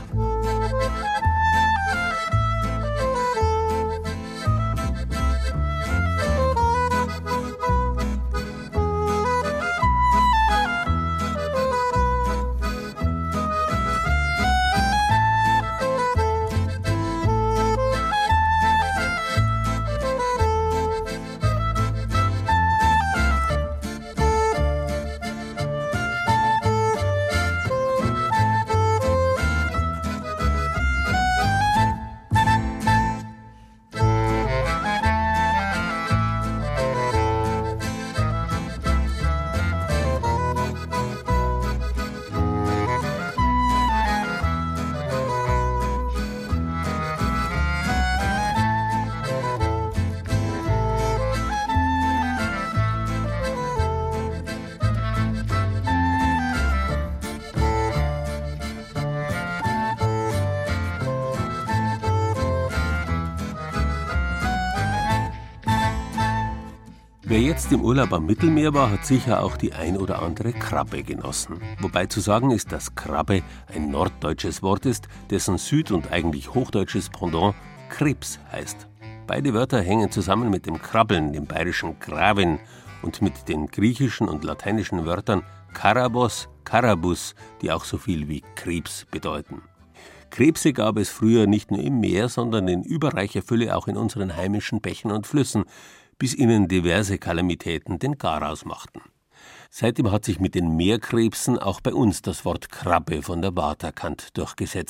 Wer jetzt im Urlaub am Mittelmeer war, hat sicher auch die ein oder andere Krabbe genossen. Wobei zu sagen ist, dass Krabbe ein norddeutsches Wort ist, dessen süd- und eigentlich hochdeutsches Pendant Krebs heißt. Beide Wörter hängen zusammen mit dem Krabbeln, dem bayerischen Graven, und mit den griechischen und lateinischen Wörtern Karabos, Karabus, die auch so viel wie Krebs bedeuten. Krebse gab es früher nicht nur im Meer, sondern in überreicher Fülle auch in unseren heimischen Bächen und Flüssen, bis ihnen diverse Kalamitäten den Garaus machten. Seitdem hat sich mit den Meerkrebsen auch bei uns das Wort Krabbe von der Waterkant durchgesetzt.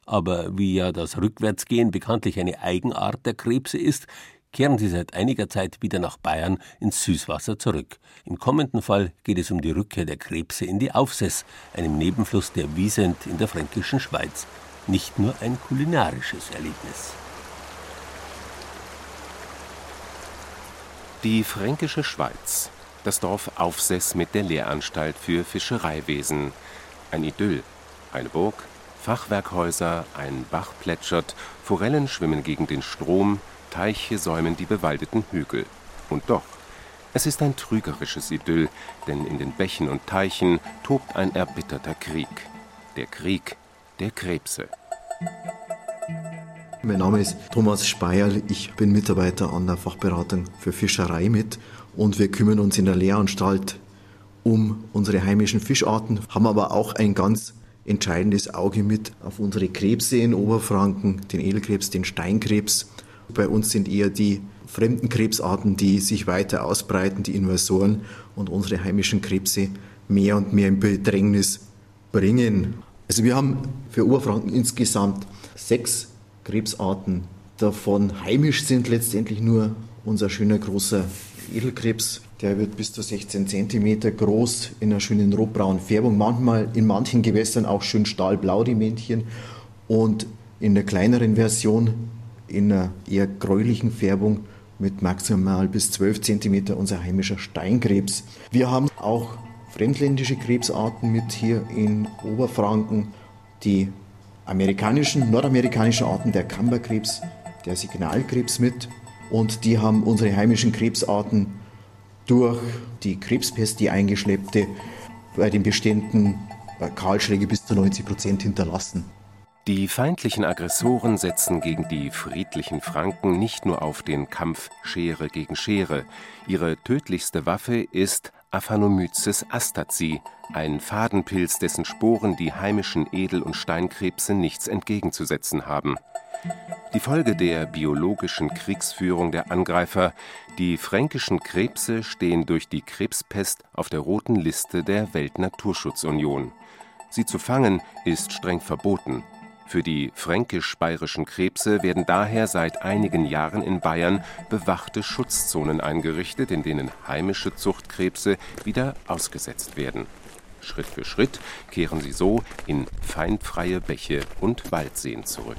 Aber wie ja das Rückwärtsgehen bekanntlich eine Eigenart der Krebse ist, kehren sie seit einiger Zeit wieder nach Bayern ins Süßwasser zurück. Im kommenden Fall geht es um die Rückkehr der Krebse in die Aufsess, einem Nebenfluss der Wiesent in der fränkischen Schweiz. Nicht nur ein kulinarisches Erlebnis. Die fränkische Schweiz. Das Dorf Aufsess mit der Lehranstalt für Fischereiwesen. Ein Idyll. Eine Burg, Fachwerkhäuser, ein Bach plätschert, Forellen schwimmen gegen den Strom, Teiche säumen die bewaldeten Hügel. Und doch, es ist ein trügerisches Idyll, denn in den Bächen und Teichen tobt ein erbitterter Krieg. Der Krieg der Krebse. Mein Name ist Thomas Speierl, ich bin Mitarbeiter an der Fachberatung für Fischerei mit und wir kümmern uns in der Lehranstalt um unsere heimischen Fischarten, haben aber auch ein ganz entscheidendes Auge mit auf unsere Krebse in Oberfranken, den Edelkrebs, den Steinkrebs. Bei uns sind eher die fremden Krebsarten, die sich weiter ausbreiten, die Invasoren und unsere heimischen Krebse mehr und mehr in Bedrängnis bringen. Also wir haben für Oberfranken insgesamt sechs Krebsarten. Davon heimisch sind letztendlich nur unser schöner großer Edelkrebs. Der wird bis zu sechzehn Zentimeter groß, in einer schönen rotbraunen Färbung. Manchmal in manchen Gewässern auch schön stahlblau, die Männchen. Und in der kleineren Version, in einer eher gräulichen Färbung, mit maximal bis zwölf Zentimeter unser heimischer Steinkrebs. Wir haben auch fremdländische Krebsarten mit hier in Oberfranken. Die amerikanischen, nordamerikanischen Arten, der Kammerkrebs, der Signalkrebs mit. Und die haben unsere heimischen Krebsarten durch die Krebspest, die eingeschleppte, bei den Beständen Kahlschläge bis zu neunzig Prozent hinterlassen. Die feindlichen Aggressoren setzen gegen die friedlichen Franken nicht nur auf den Kampf Schere gegen Schere. Ihre tödlichste Waffe ist Aphanomyces astazi, ein Fadenpilz, dessen Sporen die heimischen Edel- und Steinkrebse nichts entgegenzusetzen haben. Die Folge der biologischen Kriegsführung der Angreifer: die fränkischen Krebse stehen durch die Krebspest auf der roten Liste der Weltnaturschutzunion. Sie zu fangen ist streng verboten. Für die fränkisch-bayerischen Krebse werden daher seit einigen Jahren in Bayern bewachte Schutzzonen eingerichtet, in denen heimische Zuchtkrebse wieder ausgesetzt werden. Schritt für Schritt kehren sie so in feindfreie Bäche und Waldseen zurück.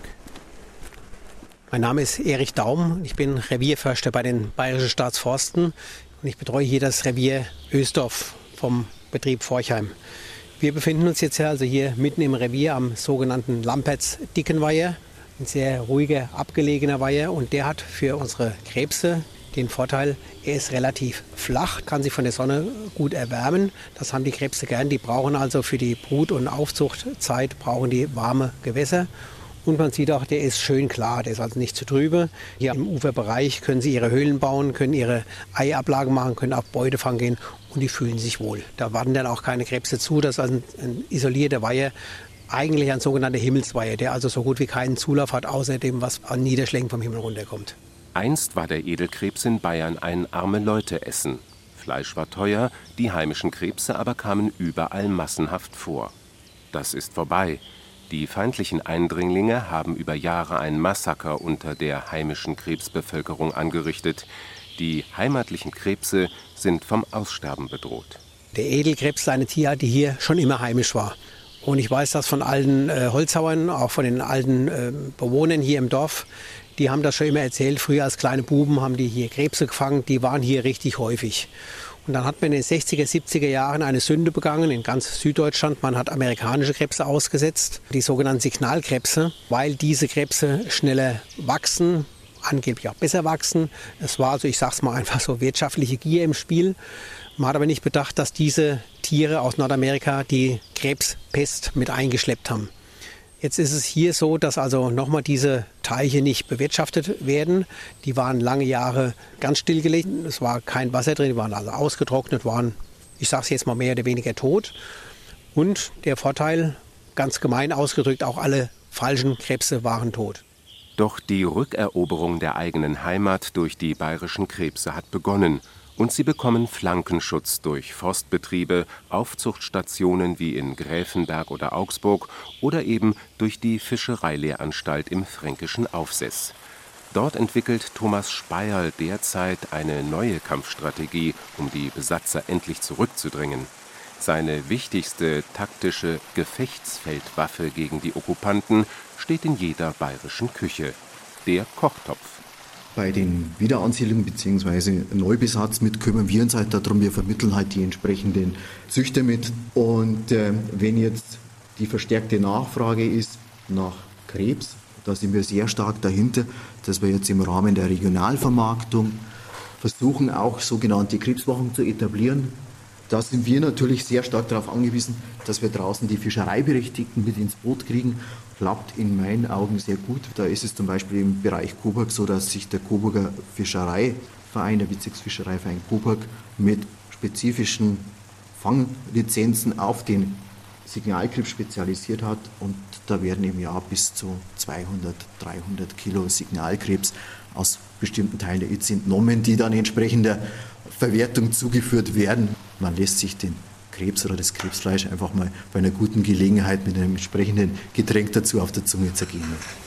Mein Name ist Erich Daum, ich bin Revierförster bei den Bayerischen Staatsforsten und ich betreue hier das Revier Ösdorf vom Betrieb Forchheim. Wir befinden uns jetzt ja also hier mitten im Revier am sogenannten Lampertz-Dickenweiher, ein sehr ruhiger, abgelegener Weiher, und der hat für unsere Krebse den Vorteil, er ist relativ flach, kann sich von der Sonne gut erwärmen. Das haben die Krebse gern, die brauchen also für die Brut- und Aufzuchtzeit brauchen die warme Gewässer. Und man sieht auch, der ist schön klar, der ist also nicht zu trübe. Hier im Uferbereich können sie ihre Höhlen bauen, können ihre Eiablagen machen, können auf Beutefang gehen und die fühlen sich wohl. Da warten dann auch keine Krebse zu. Das ist also ein, ein isolierter Weiher, eigentlich ein sogenannter Himmelsweiher, der also so gut wie keinen Zulauf hat, außer dem, was an Niederschlägen vom Himmel runterkommt. Einst war der Edelkrebs in Bayern ein Arme-Leute-Essen. Fleisch war teuer, die heimischen Krebse aber kamen überall massenhaft vor. Das ist vorbei. Die feindlichen Eindringlinge haben über Jahre ein Massaker unter der heimischen Krebsbevölkerung angerichtet. Die heimatlichen Krebse sind vom Aussterben bedroht. Der Edelkrebs ist eine Tierart, die hier schon immer heimisch war. Und ich weiß das von alten äh, Holzhauern, auch von den alten äh, Bewohnern hier im Dorf. Die haben das schon immer erzählt. Früher als kleine Buben haben die hier Krebse gefangen. Die waren hier richtig häufig. Und dann hat man in den sechziger, siebziger Jahren eine Sünde begangen in ganz Süddeutschland. Man hat amerikanische Krebse ausgesetzt, die sogenannten Signalkrebse, weil diese Krebse schneller wachsen, angeblich auch besser wachsen. Es war also, ich sag's mal einfach so, wirtschaftliche Gier im Spiel. Man hat aber nicht bedacht, dass diese Tiere aus Nordamerika die Krebspest mit eingeschleppt haben. Jetzt ist es hier so, dass also nochmal diese Teiche nicht bewirtschaftet werden. Die waren lange Jahre ganz stillgelegt. Es war kein Wasser drin, die waren also ausgetrocknet, waren, ich sage es jetzt mal, mehr oder weniger tot. Und der Vorteil, ganz gemein ausgedrückt, auch alle falschen Krebse waren tot. Doch die Rückeroberung der eigenen Heimat durch die bayerischen Krebse hat begonnen. Und sie bekommen Flankenschutz durch Forstbetriebe, Aufzuchtstationen wie in Gräfenberg oder Augsburg oder eben durch die Fischereilehranstalt im fränkischen Aufsess. Dort entwickelt Thomas Speierl derzeit eine neue Kampfstrategie, um die Besatzer endlich zurückzudrängen. Seine wichtigste taktische Gefechtsfeldwaffe gegen die Okkupanten steht in jeder bayerischen Küche: der Kochtopf. Bei den Wiederansiedlungen bzw. Neubesatz mit kümmern wir uns halt darum, wir vermitteln halt die entsprechenden Züchter mit. Und äh, wenn jetzt die verstärkte Nachfrage ist nach Krebs, da sind wir sehr stark dahinter, dass wir jetzt im Rahmen der Regionalvermarktung versuchen, auch sogenannte Krebswochen zu etablieren. Da sind wir natürlich sehr stark darauf angewiesen, dass wir draußen die Fischereiberechtigten mit ins Boot kriegen. Klappt in meinen Augen sehr gut. Da ist es zum Beispiel im Bereich Coburg so, dass sich der Coburger Fischereiverein, der Bezirksfischereiverein Coburg, mit spezifischen Fanglizenzen auf den Signalkrebs spezialisiert hat. Und da werden im Jahr bis zu zweihundert, dreihundert Kilo Signalkrebs aus bestimmten Teilen der Itze entnommen, die dann entsprechend der Verwertung zugeführt werden. Man lässt sich den Krebs oder das Krebsfleisch einfach mal bei einer guten Gelegenheit mit einem entsprechenden Getränk dazu auf der Zunge zergehen.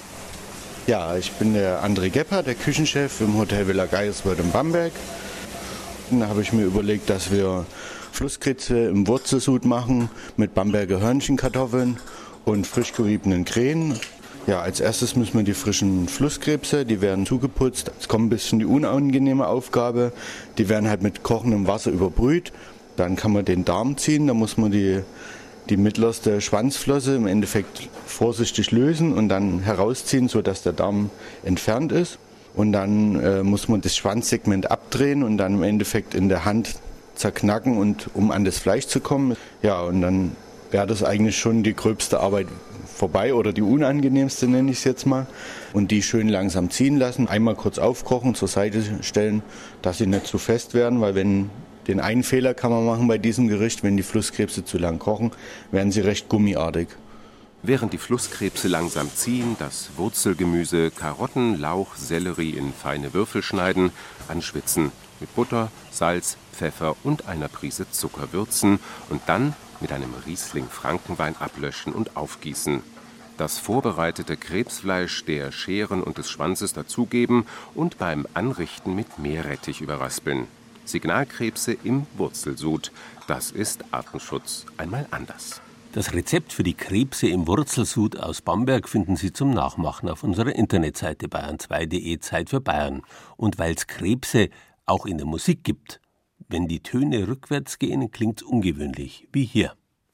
Ja, ich bin der André Gebhardt, der Küchenchef im Hotel Villa Geierswörth in Bamberg. Und da habe ich mir überlegt, dass wir Flusskrebse im Wurzelsud machen mit Bamberger Hörnchenkartoffeln und frisch geriebenen Krähen. Ja, als erstes müssen wir die frischen Flusskrebse, die werden zugeputzt. Es kommt ein bisschen die unangenehme Aufgabe. Die werden halt mit kochendem Wasser überbrüht. Dann kann man den Darm ziehen, da muss man die, die mittlerste Schwanzflosse im Endeffekt vorsichtig lösen und dann herausziehen, sodass der Darm entfernt ist. Und dann äh, muss man das Schwanzsegment abdrehen und dann im Endeffekt in der Hand zerknacken, und um an das Fleisch zu kommen. Ja, und dann wäre das eigentlich schon die gröbste Arbeit vorbei oder die unangenehmste, nenne ich es jetzt mal. Und die schön langsam ziehen lassen, einmal kurz aufkochen, zur Seite stellen, dass sie nicht zu fest werden, weil wenn den einen Fehler kann man machen bei diesem Gericht, wenn die Flusskrebse zu lang kochen, werden sie recht gummiartig. Während die Flusskrebse langsam ziehen, das Wurzelgemüse, Karotten, Lauch, Sellerie in feine Würfel schneiden, anschwitzen, mit Butter, Salz, Pfeffer und einer Prise Zucker würzen und dann mit einem Riesling-Frankenwein ablöschen und aufgießen. Das vorbereitete Krebsfleisch der Scheren und des Schwanzes dazugeben und beim Anrichten mit Meerrettich überraspeln. Signalkrebse im Wurzelsud. Das ist Artenschutz einmal anders. Das Rezept für die Krebse im Wurzelsud aus Bamberg finden Sie zum Nachmachen auf unserer Internetseite bayern zwei punkt de Zeit für Bayern. Und weil es Krebse auch in der Musik gibt, wenn die Töne rückwärts gehen, klingt's ungewöhnlich, wie hier.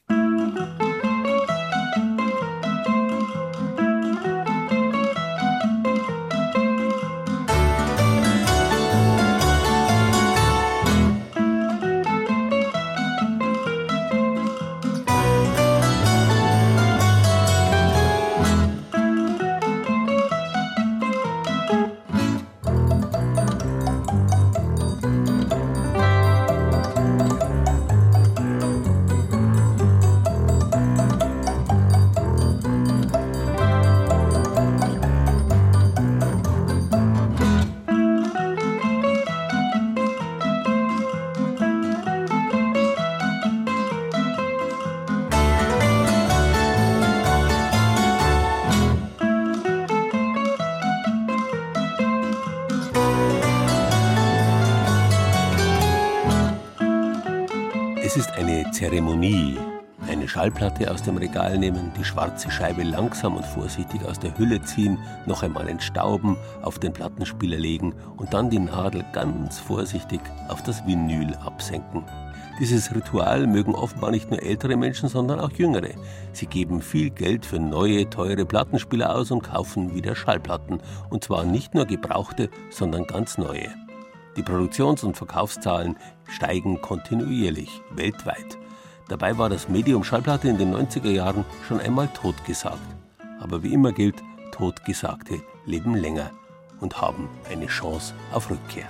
Es ist eine Zeremonie. Eine Schallplatte aus dem Regal nehmen, die schwarze Scheibe langsam und vorsichtig aus der Hülle ziehen, noch einmal entstauben, auf den Plattenspieler legen und dann die Nadel ganz vorsichtig auf das Vinyl absenken. Dieses Ritual mögen offenbar nicht nur ältere Menschen, sondern auch jüngere. Sie geben viel Geld für neue, teure Plattenspieler aus und kaufen wieder Schallplatten. Und zwar nicht nur gebrauchte, sondern ganz neue. Die Produktions- und Verkaufszahlen steigen kontinuierlich, weltweit. Dabei war das Medium Schallplatte in den neunziger Jahren schon einmal totgesagt. Aber wie immer gilt, Totgesagte leben länger und haben eine Chance auf Rückkehr.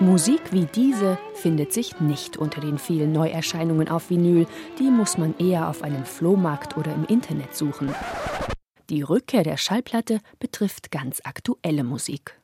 Musik wie diese findet sich nicht unter den vielen Neuerscheinungen auf Vinyl. Die muss man eher auf einem Flohmarkt oder im Internet suchen. Die Rückkehr der Schallplatte betrifft ganz aktuelle Musik.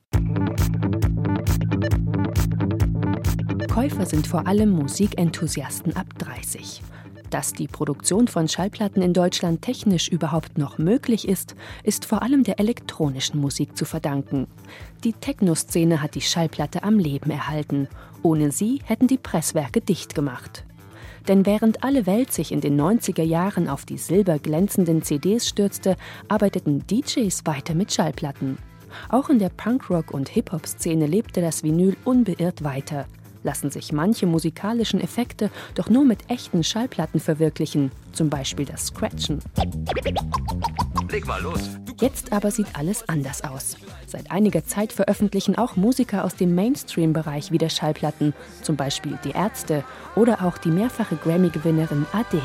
Käufer sind vor allem Musikenthusiasten ab dreißig. Dass die Produktion von Schallplatten in Deutschland technisch überhaupt noch möglich ist, ist vor allem der elektronischen Musik zu verdanken. Die Techno-Szene hat die Schallplatte am Leben erhalten. Ohne sie hätten die Presswerke dicht gemacht. Denn während alle Welt sich in den neunziger Jahren auf die silberglänzenden C Ds stürzte, arbeiteten D Js weiter mit Schallplatten. Auch in der Punkrock- und Hip-Hop-Szene lebte das Vinyl unbeirrt weiter. Lassen sich manche musikalischen Effekte doch nur mit echten Schallplatten verwirklichen, zum Beispiel das Scratchen. Leg mal los. Jetzt aber sieht alles anders aus. Seit einiger Zeit veröffentlichen auch Musiker aus dem Mainstream-Bereich wieder Schallplatten, zum Beispiel die Ärzte oder auch die mehrfache Grammy-Gewinnerin Adele.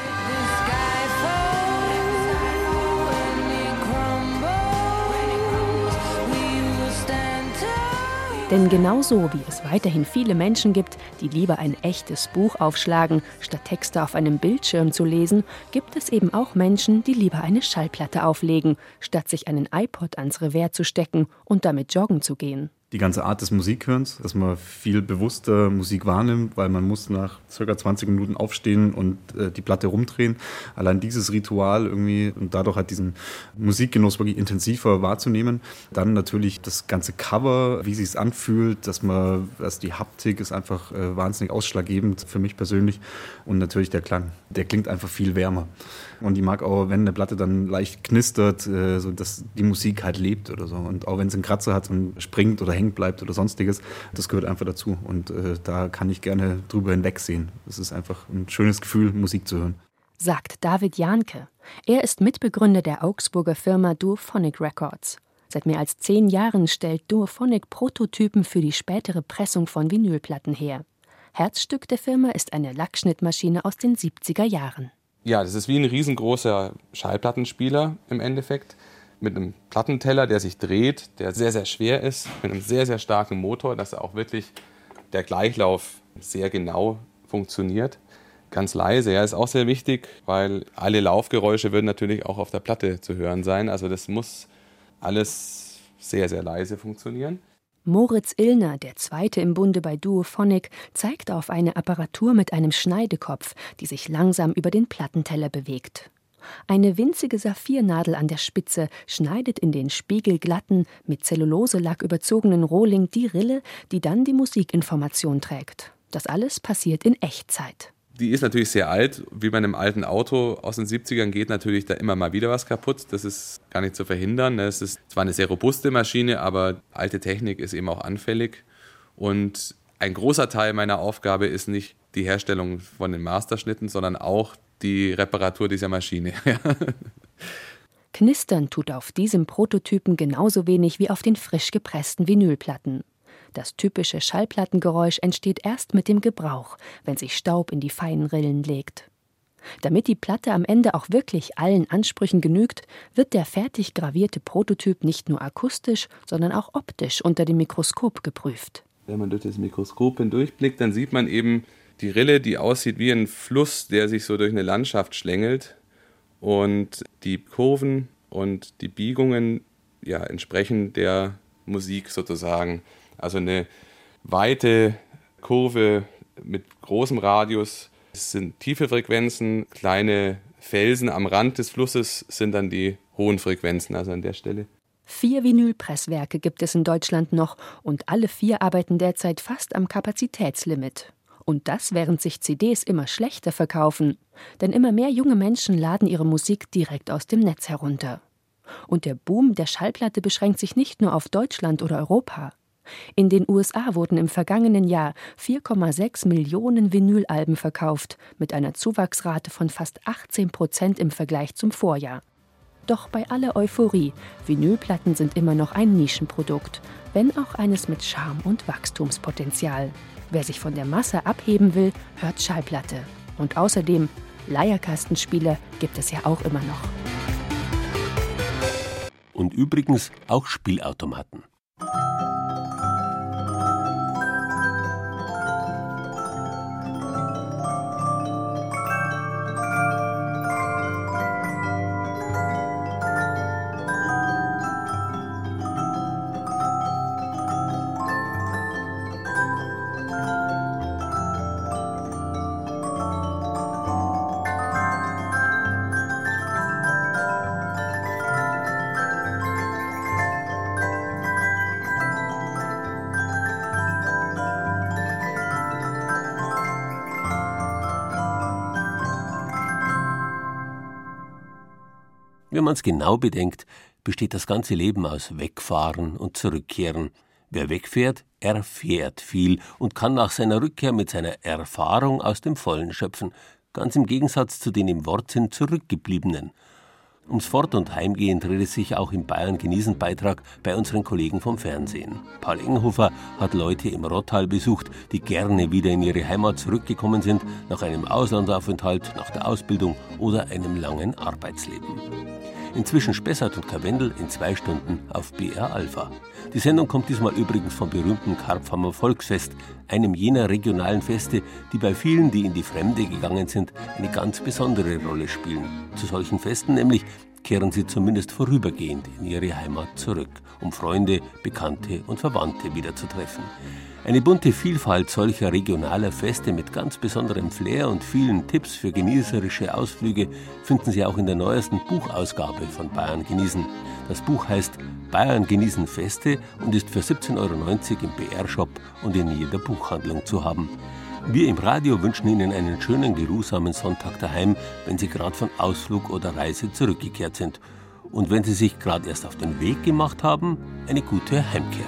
Denn genauso wie es weiterhin viele Menschen gibt, die lieber ein echtes Buch aufschlagen, statt Texte auf einem Bildschirm zu lesen, gibt es eben auch Menschen, die lieber eine Schallplatte auflegen, statt sich einen iPod ans Revers zu stecken und damit joggen zu gehen. Die ganze Art des Musikhörens, dass man viel bewusster Musik wahrnimmt, weil man muss nach ca. zwanzig Minuten aufstehen und äh, die Platte rumdrehen. Allein dieses Ritual irgendwie und dadurch halt diesen Musikgenuss wirklich intensiver wahrzunehmen. Dann natürlich das ganze Cover, wie es sich anfühlt, dass man, dass die Haptik ist einfach äh, wahnsinnig ausschlaggebend für mich persönlich und natürlich der Klang. Der klingt einfach viel wärmer. Und ich mag auch, wenn eine Platte dann leicht knistert, äh, so dass die Musik halt lebt oder so. Und auch wenn es einen Kratzer hat und springt oder hängen bleibt oder sonstiges, das gehört einfach dazu. Und äh, da kann ich gerne drüber hinwegsehen. Es ist einfach ein schönes Gefühl, Musik zu hören. Sagt David Jahnke. Er ist Mitbegründer der Augsburger Firma Duophonic Records. Seit mehr als zehn Jahren stellt Duophonic Prototypen für die spätere Pressung von Vinylplatten her. Herzstück der Firma ist eine Lackschnittmaschine aus den siebziger Jahren. Ja, das ist wie ein riesengroßer Schallplattenspieler im Endeffekt. Mit einem Plattenteller, der sich dreht, der sehr, sehr schwer ist, mit einem sehr, sehr starken Motor, dass auch wirklich der Gleichlauf sehr genau funktioniert. Ganz leise, ja, ist auch sehr wichtig, weil alle Laufgeräusche würden natürlich auch auf der Platte zu hören sein. Also das muss alles sehr, sehr leise funktionieren. Moritz Illner, der Zweite im Bunde bei Duophonic, zeigt auf eine Apparatur mit einem Schneidekopf, die sich langsam über den Plattenteller bewegt. Eine winzige Saphirnadel an der Spitze schneidet in den spiegelglatten, mit Zelluloselack überzogenen Rohling die Rille, die dann die Musikinformation trägt. Das alles passiert in Echtzeit. Die ist natürlich sehr alt. Wie bei einem alten Auto aus den siebzigern geht natürlich da immer mal wieder was kaputt. Das ist gar nicht zu verhindern. Es ist zwar eine sehr robuste Maschine, aber alte Technik ist eben auch anfällig. Und ein großer Teil meiner Aufgabe ist nicht die Herstellung von den Masterschnitten, sondern auch die Reparatur dieser Maschine. Knistern tut auf diesem Prototypen genauso wenig wie auf den frisch gepressten Vinylplatten. Das typische Schallplattengeräusch entsteht erst mit dem Gebrauch, wenn sich Staub in die feinen Rillen legt. Damit die Platte am Ende auch wirklich allen Ansprüchen genügt, wird der fertig gravierte Prototyp nicht nur akustisch, sondern auch optisch unter dem Mikroskop geprüft. Wenn man durch das Mikroskop hindurchblickt, dann sieht man eben die Rille, die aussieht wie ein Fluss, der sich so durch eine Landschaft schlängelt. Und die Kurven und die Biegungen ja, entsprechen der Musik sozusagen. Also eine weite Kurve mit großem Radius. Es sind tiefe Frequenzen, kleine Felsen am Rand des Flusses sind dann die hohen Frequenzen, also an der Stelle. Vier Vinylpresswerke gibt es in Deutschland noch und alle vier arbeiten derzeit fast am Kapazitätslimit. Und das, während sich C Ds immer schlechter verkaufen. Denn immer mehr junge Menschen laden ihre Musik direkt aus dem Netz herunter. Und der Boom der Schallplatte beschränkt sich nicht nur auf Deutschland oder Europa. In den U S A wurden im vergangenen Jahr vier Komma sechs Millionen Vinylalben verkauft, mit einer Zuwachsrate von fast achtzehn Prozent im Vergleich zum Vorjahr. Doch bei aller Euphorie, Vinylplatten sind immer noch ein Nischenprodukt, wenn auch eines mit Charme und Wachstumspotenzial. Wer sich von der Masse abheben will, hört Schallplatte. Und außerdem, Leierkastenspiele gibt es ja auch immer noch. Und übrigens auch Spielautomaten. Wenn man es genau bedenkt, besteht das ganze Leben aus Wegfahren und Zurückkehren. Wer wegfährt, erfährt viel und kann nach seiner Rückkehr mit seiner Erfahrung aus dem Vollen schöpfen, ganz im Gegensatz zu den im Wortsinn Zurückgebliebenen. Ums Fort- und Heimgehen dreht es sich auch im Bayern-Genießen-Beitrag bei unseren Kollegen vom Fernsehen. Paul Engenhofer hat Leute im Rottal besucht, die gerne wieder in ihre Heimat zurückgekommen sind, nach einem Auslandsaufenthalt, nach der Ausbildung oder einem langen Arbeitsleben. Inzwischen Spessart und Karwendel in zwei Stunden auf B R Alpha. Die Sendung kommt diesmal übrigens vom berühmten Karpfhammer Volksfest, einem jener regionalen Feste, die bei vielen, die in die Fremde gegangen sind, eine ganz besondere Rolle spielen. Zu solchen Festen nämlich kehren sie zumindest vorübergehend in ihre Heimat zurück, um Freunde, Bekannte und Verwandte wieder zu treffen. Eine bunte Vielfalt solcher regionaler Feste mit ganz besonderem Flair und vielen Tipps für genießerische Ausflüge finden Sie auch in der neuesten Buchausgabe von Bayern genießen. Das Buch heißt Bayern genießen Feste und ist für siebzehn Euro neunzig im B R-Shop und in jeder Buchhandlung zu haben. Wir im Radio wünschen Ihnen einen schönen, geruhsamen Sonntag daheim, wenn Sie gerade von Ausflug oder Reise zurückgekehrt sind. Und wenn Sie sich gerade erst auf den Weg gemacht haben, eine gute Heimkehr.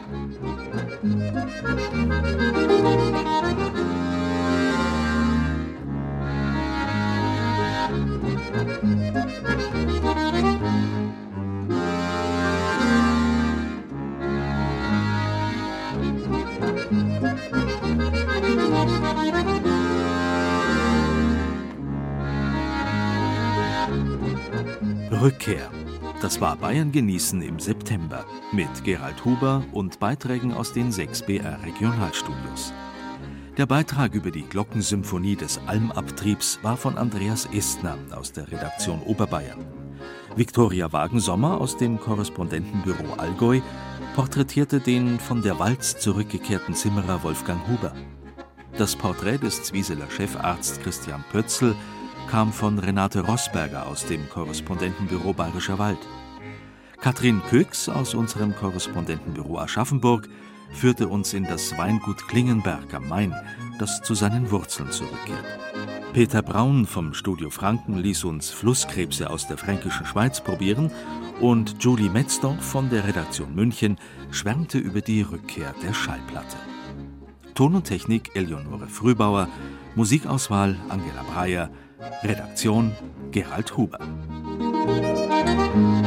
Rückkehr. Das war Bayern genießen im September mit Gerald Huber und Beiträgen aus den sechs B R-Regionalstudios. Der Beitrag über die Glockensymphonie des Almabtriebs war von Andreas Estner aus der Redaktion Oberbayern. Viktoria Wagensommer aus dem Korrespondentenbüro Allgäu porträtierte den von der Walz zurückgekehrten Zimmerer Wolfgang Huber. Das Porträt des Zwieseler Chefarzts Christian Pötzl kam von Renate Rosberger aus dem Korrespondentenbüro Bayerischer Wald. Katrin Köks aus unserem Korrespondentenbüro Aschaffenburg führte uns in das Weingut Klingenberg am Main, das zu seinen Wurzeln zurückkehrt. Peter Braun vom Studio Franken ließ uns Flusskrebse aus der fränkischen Schweiz probieren und Julie Metzdorf von der Redaktion München schwärmte über die Rückkehr der Schallplatte. Ton und Technik Eleonore Frühbauer, Musikauswahl Angela Breyer, Redaktion Gerald Huber.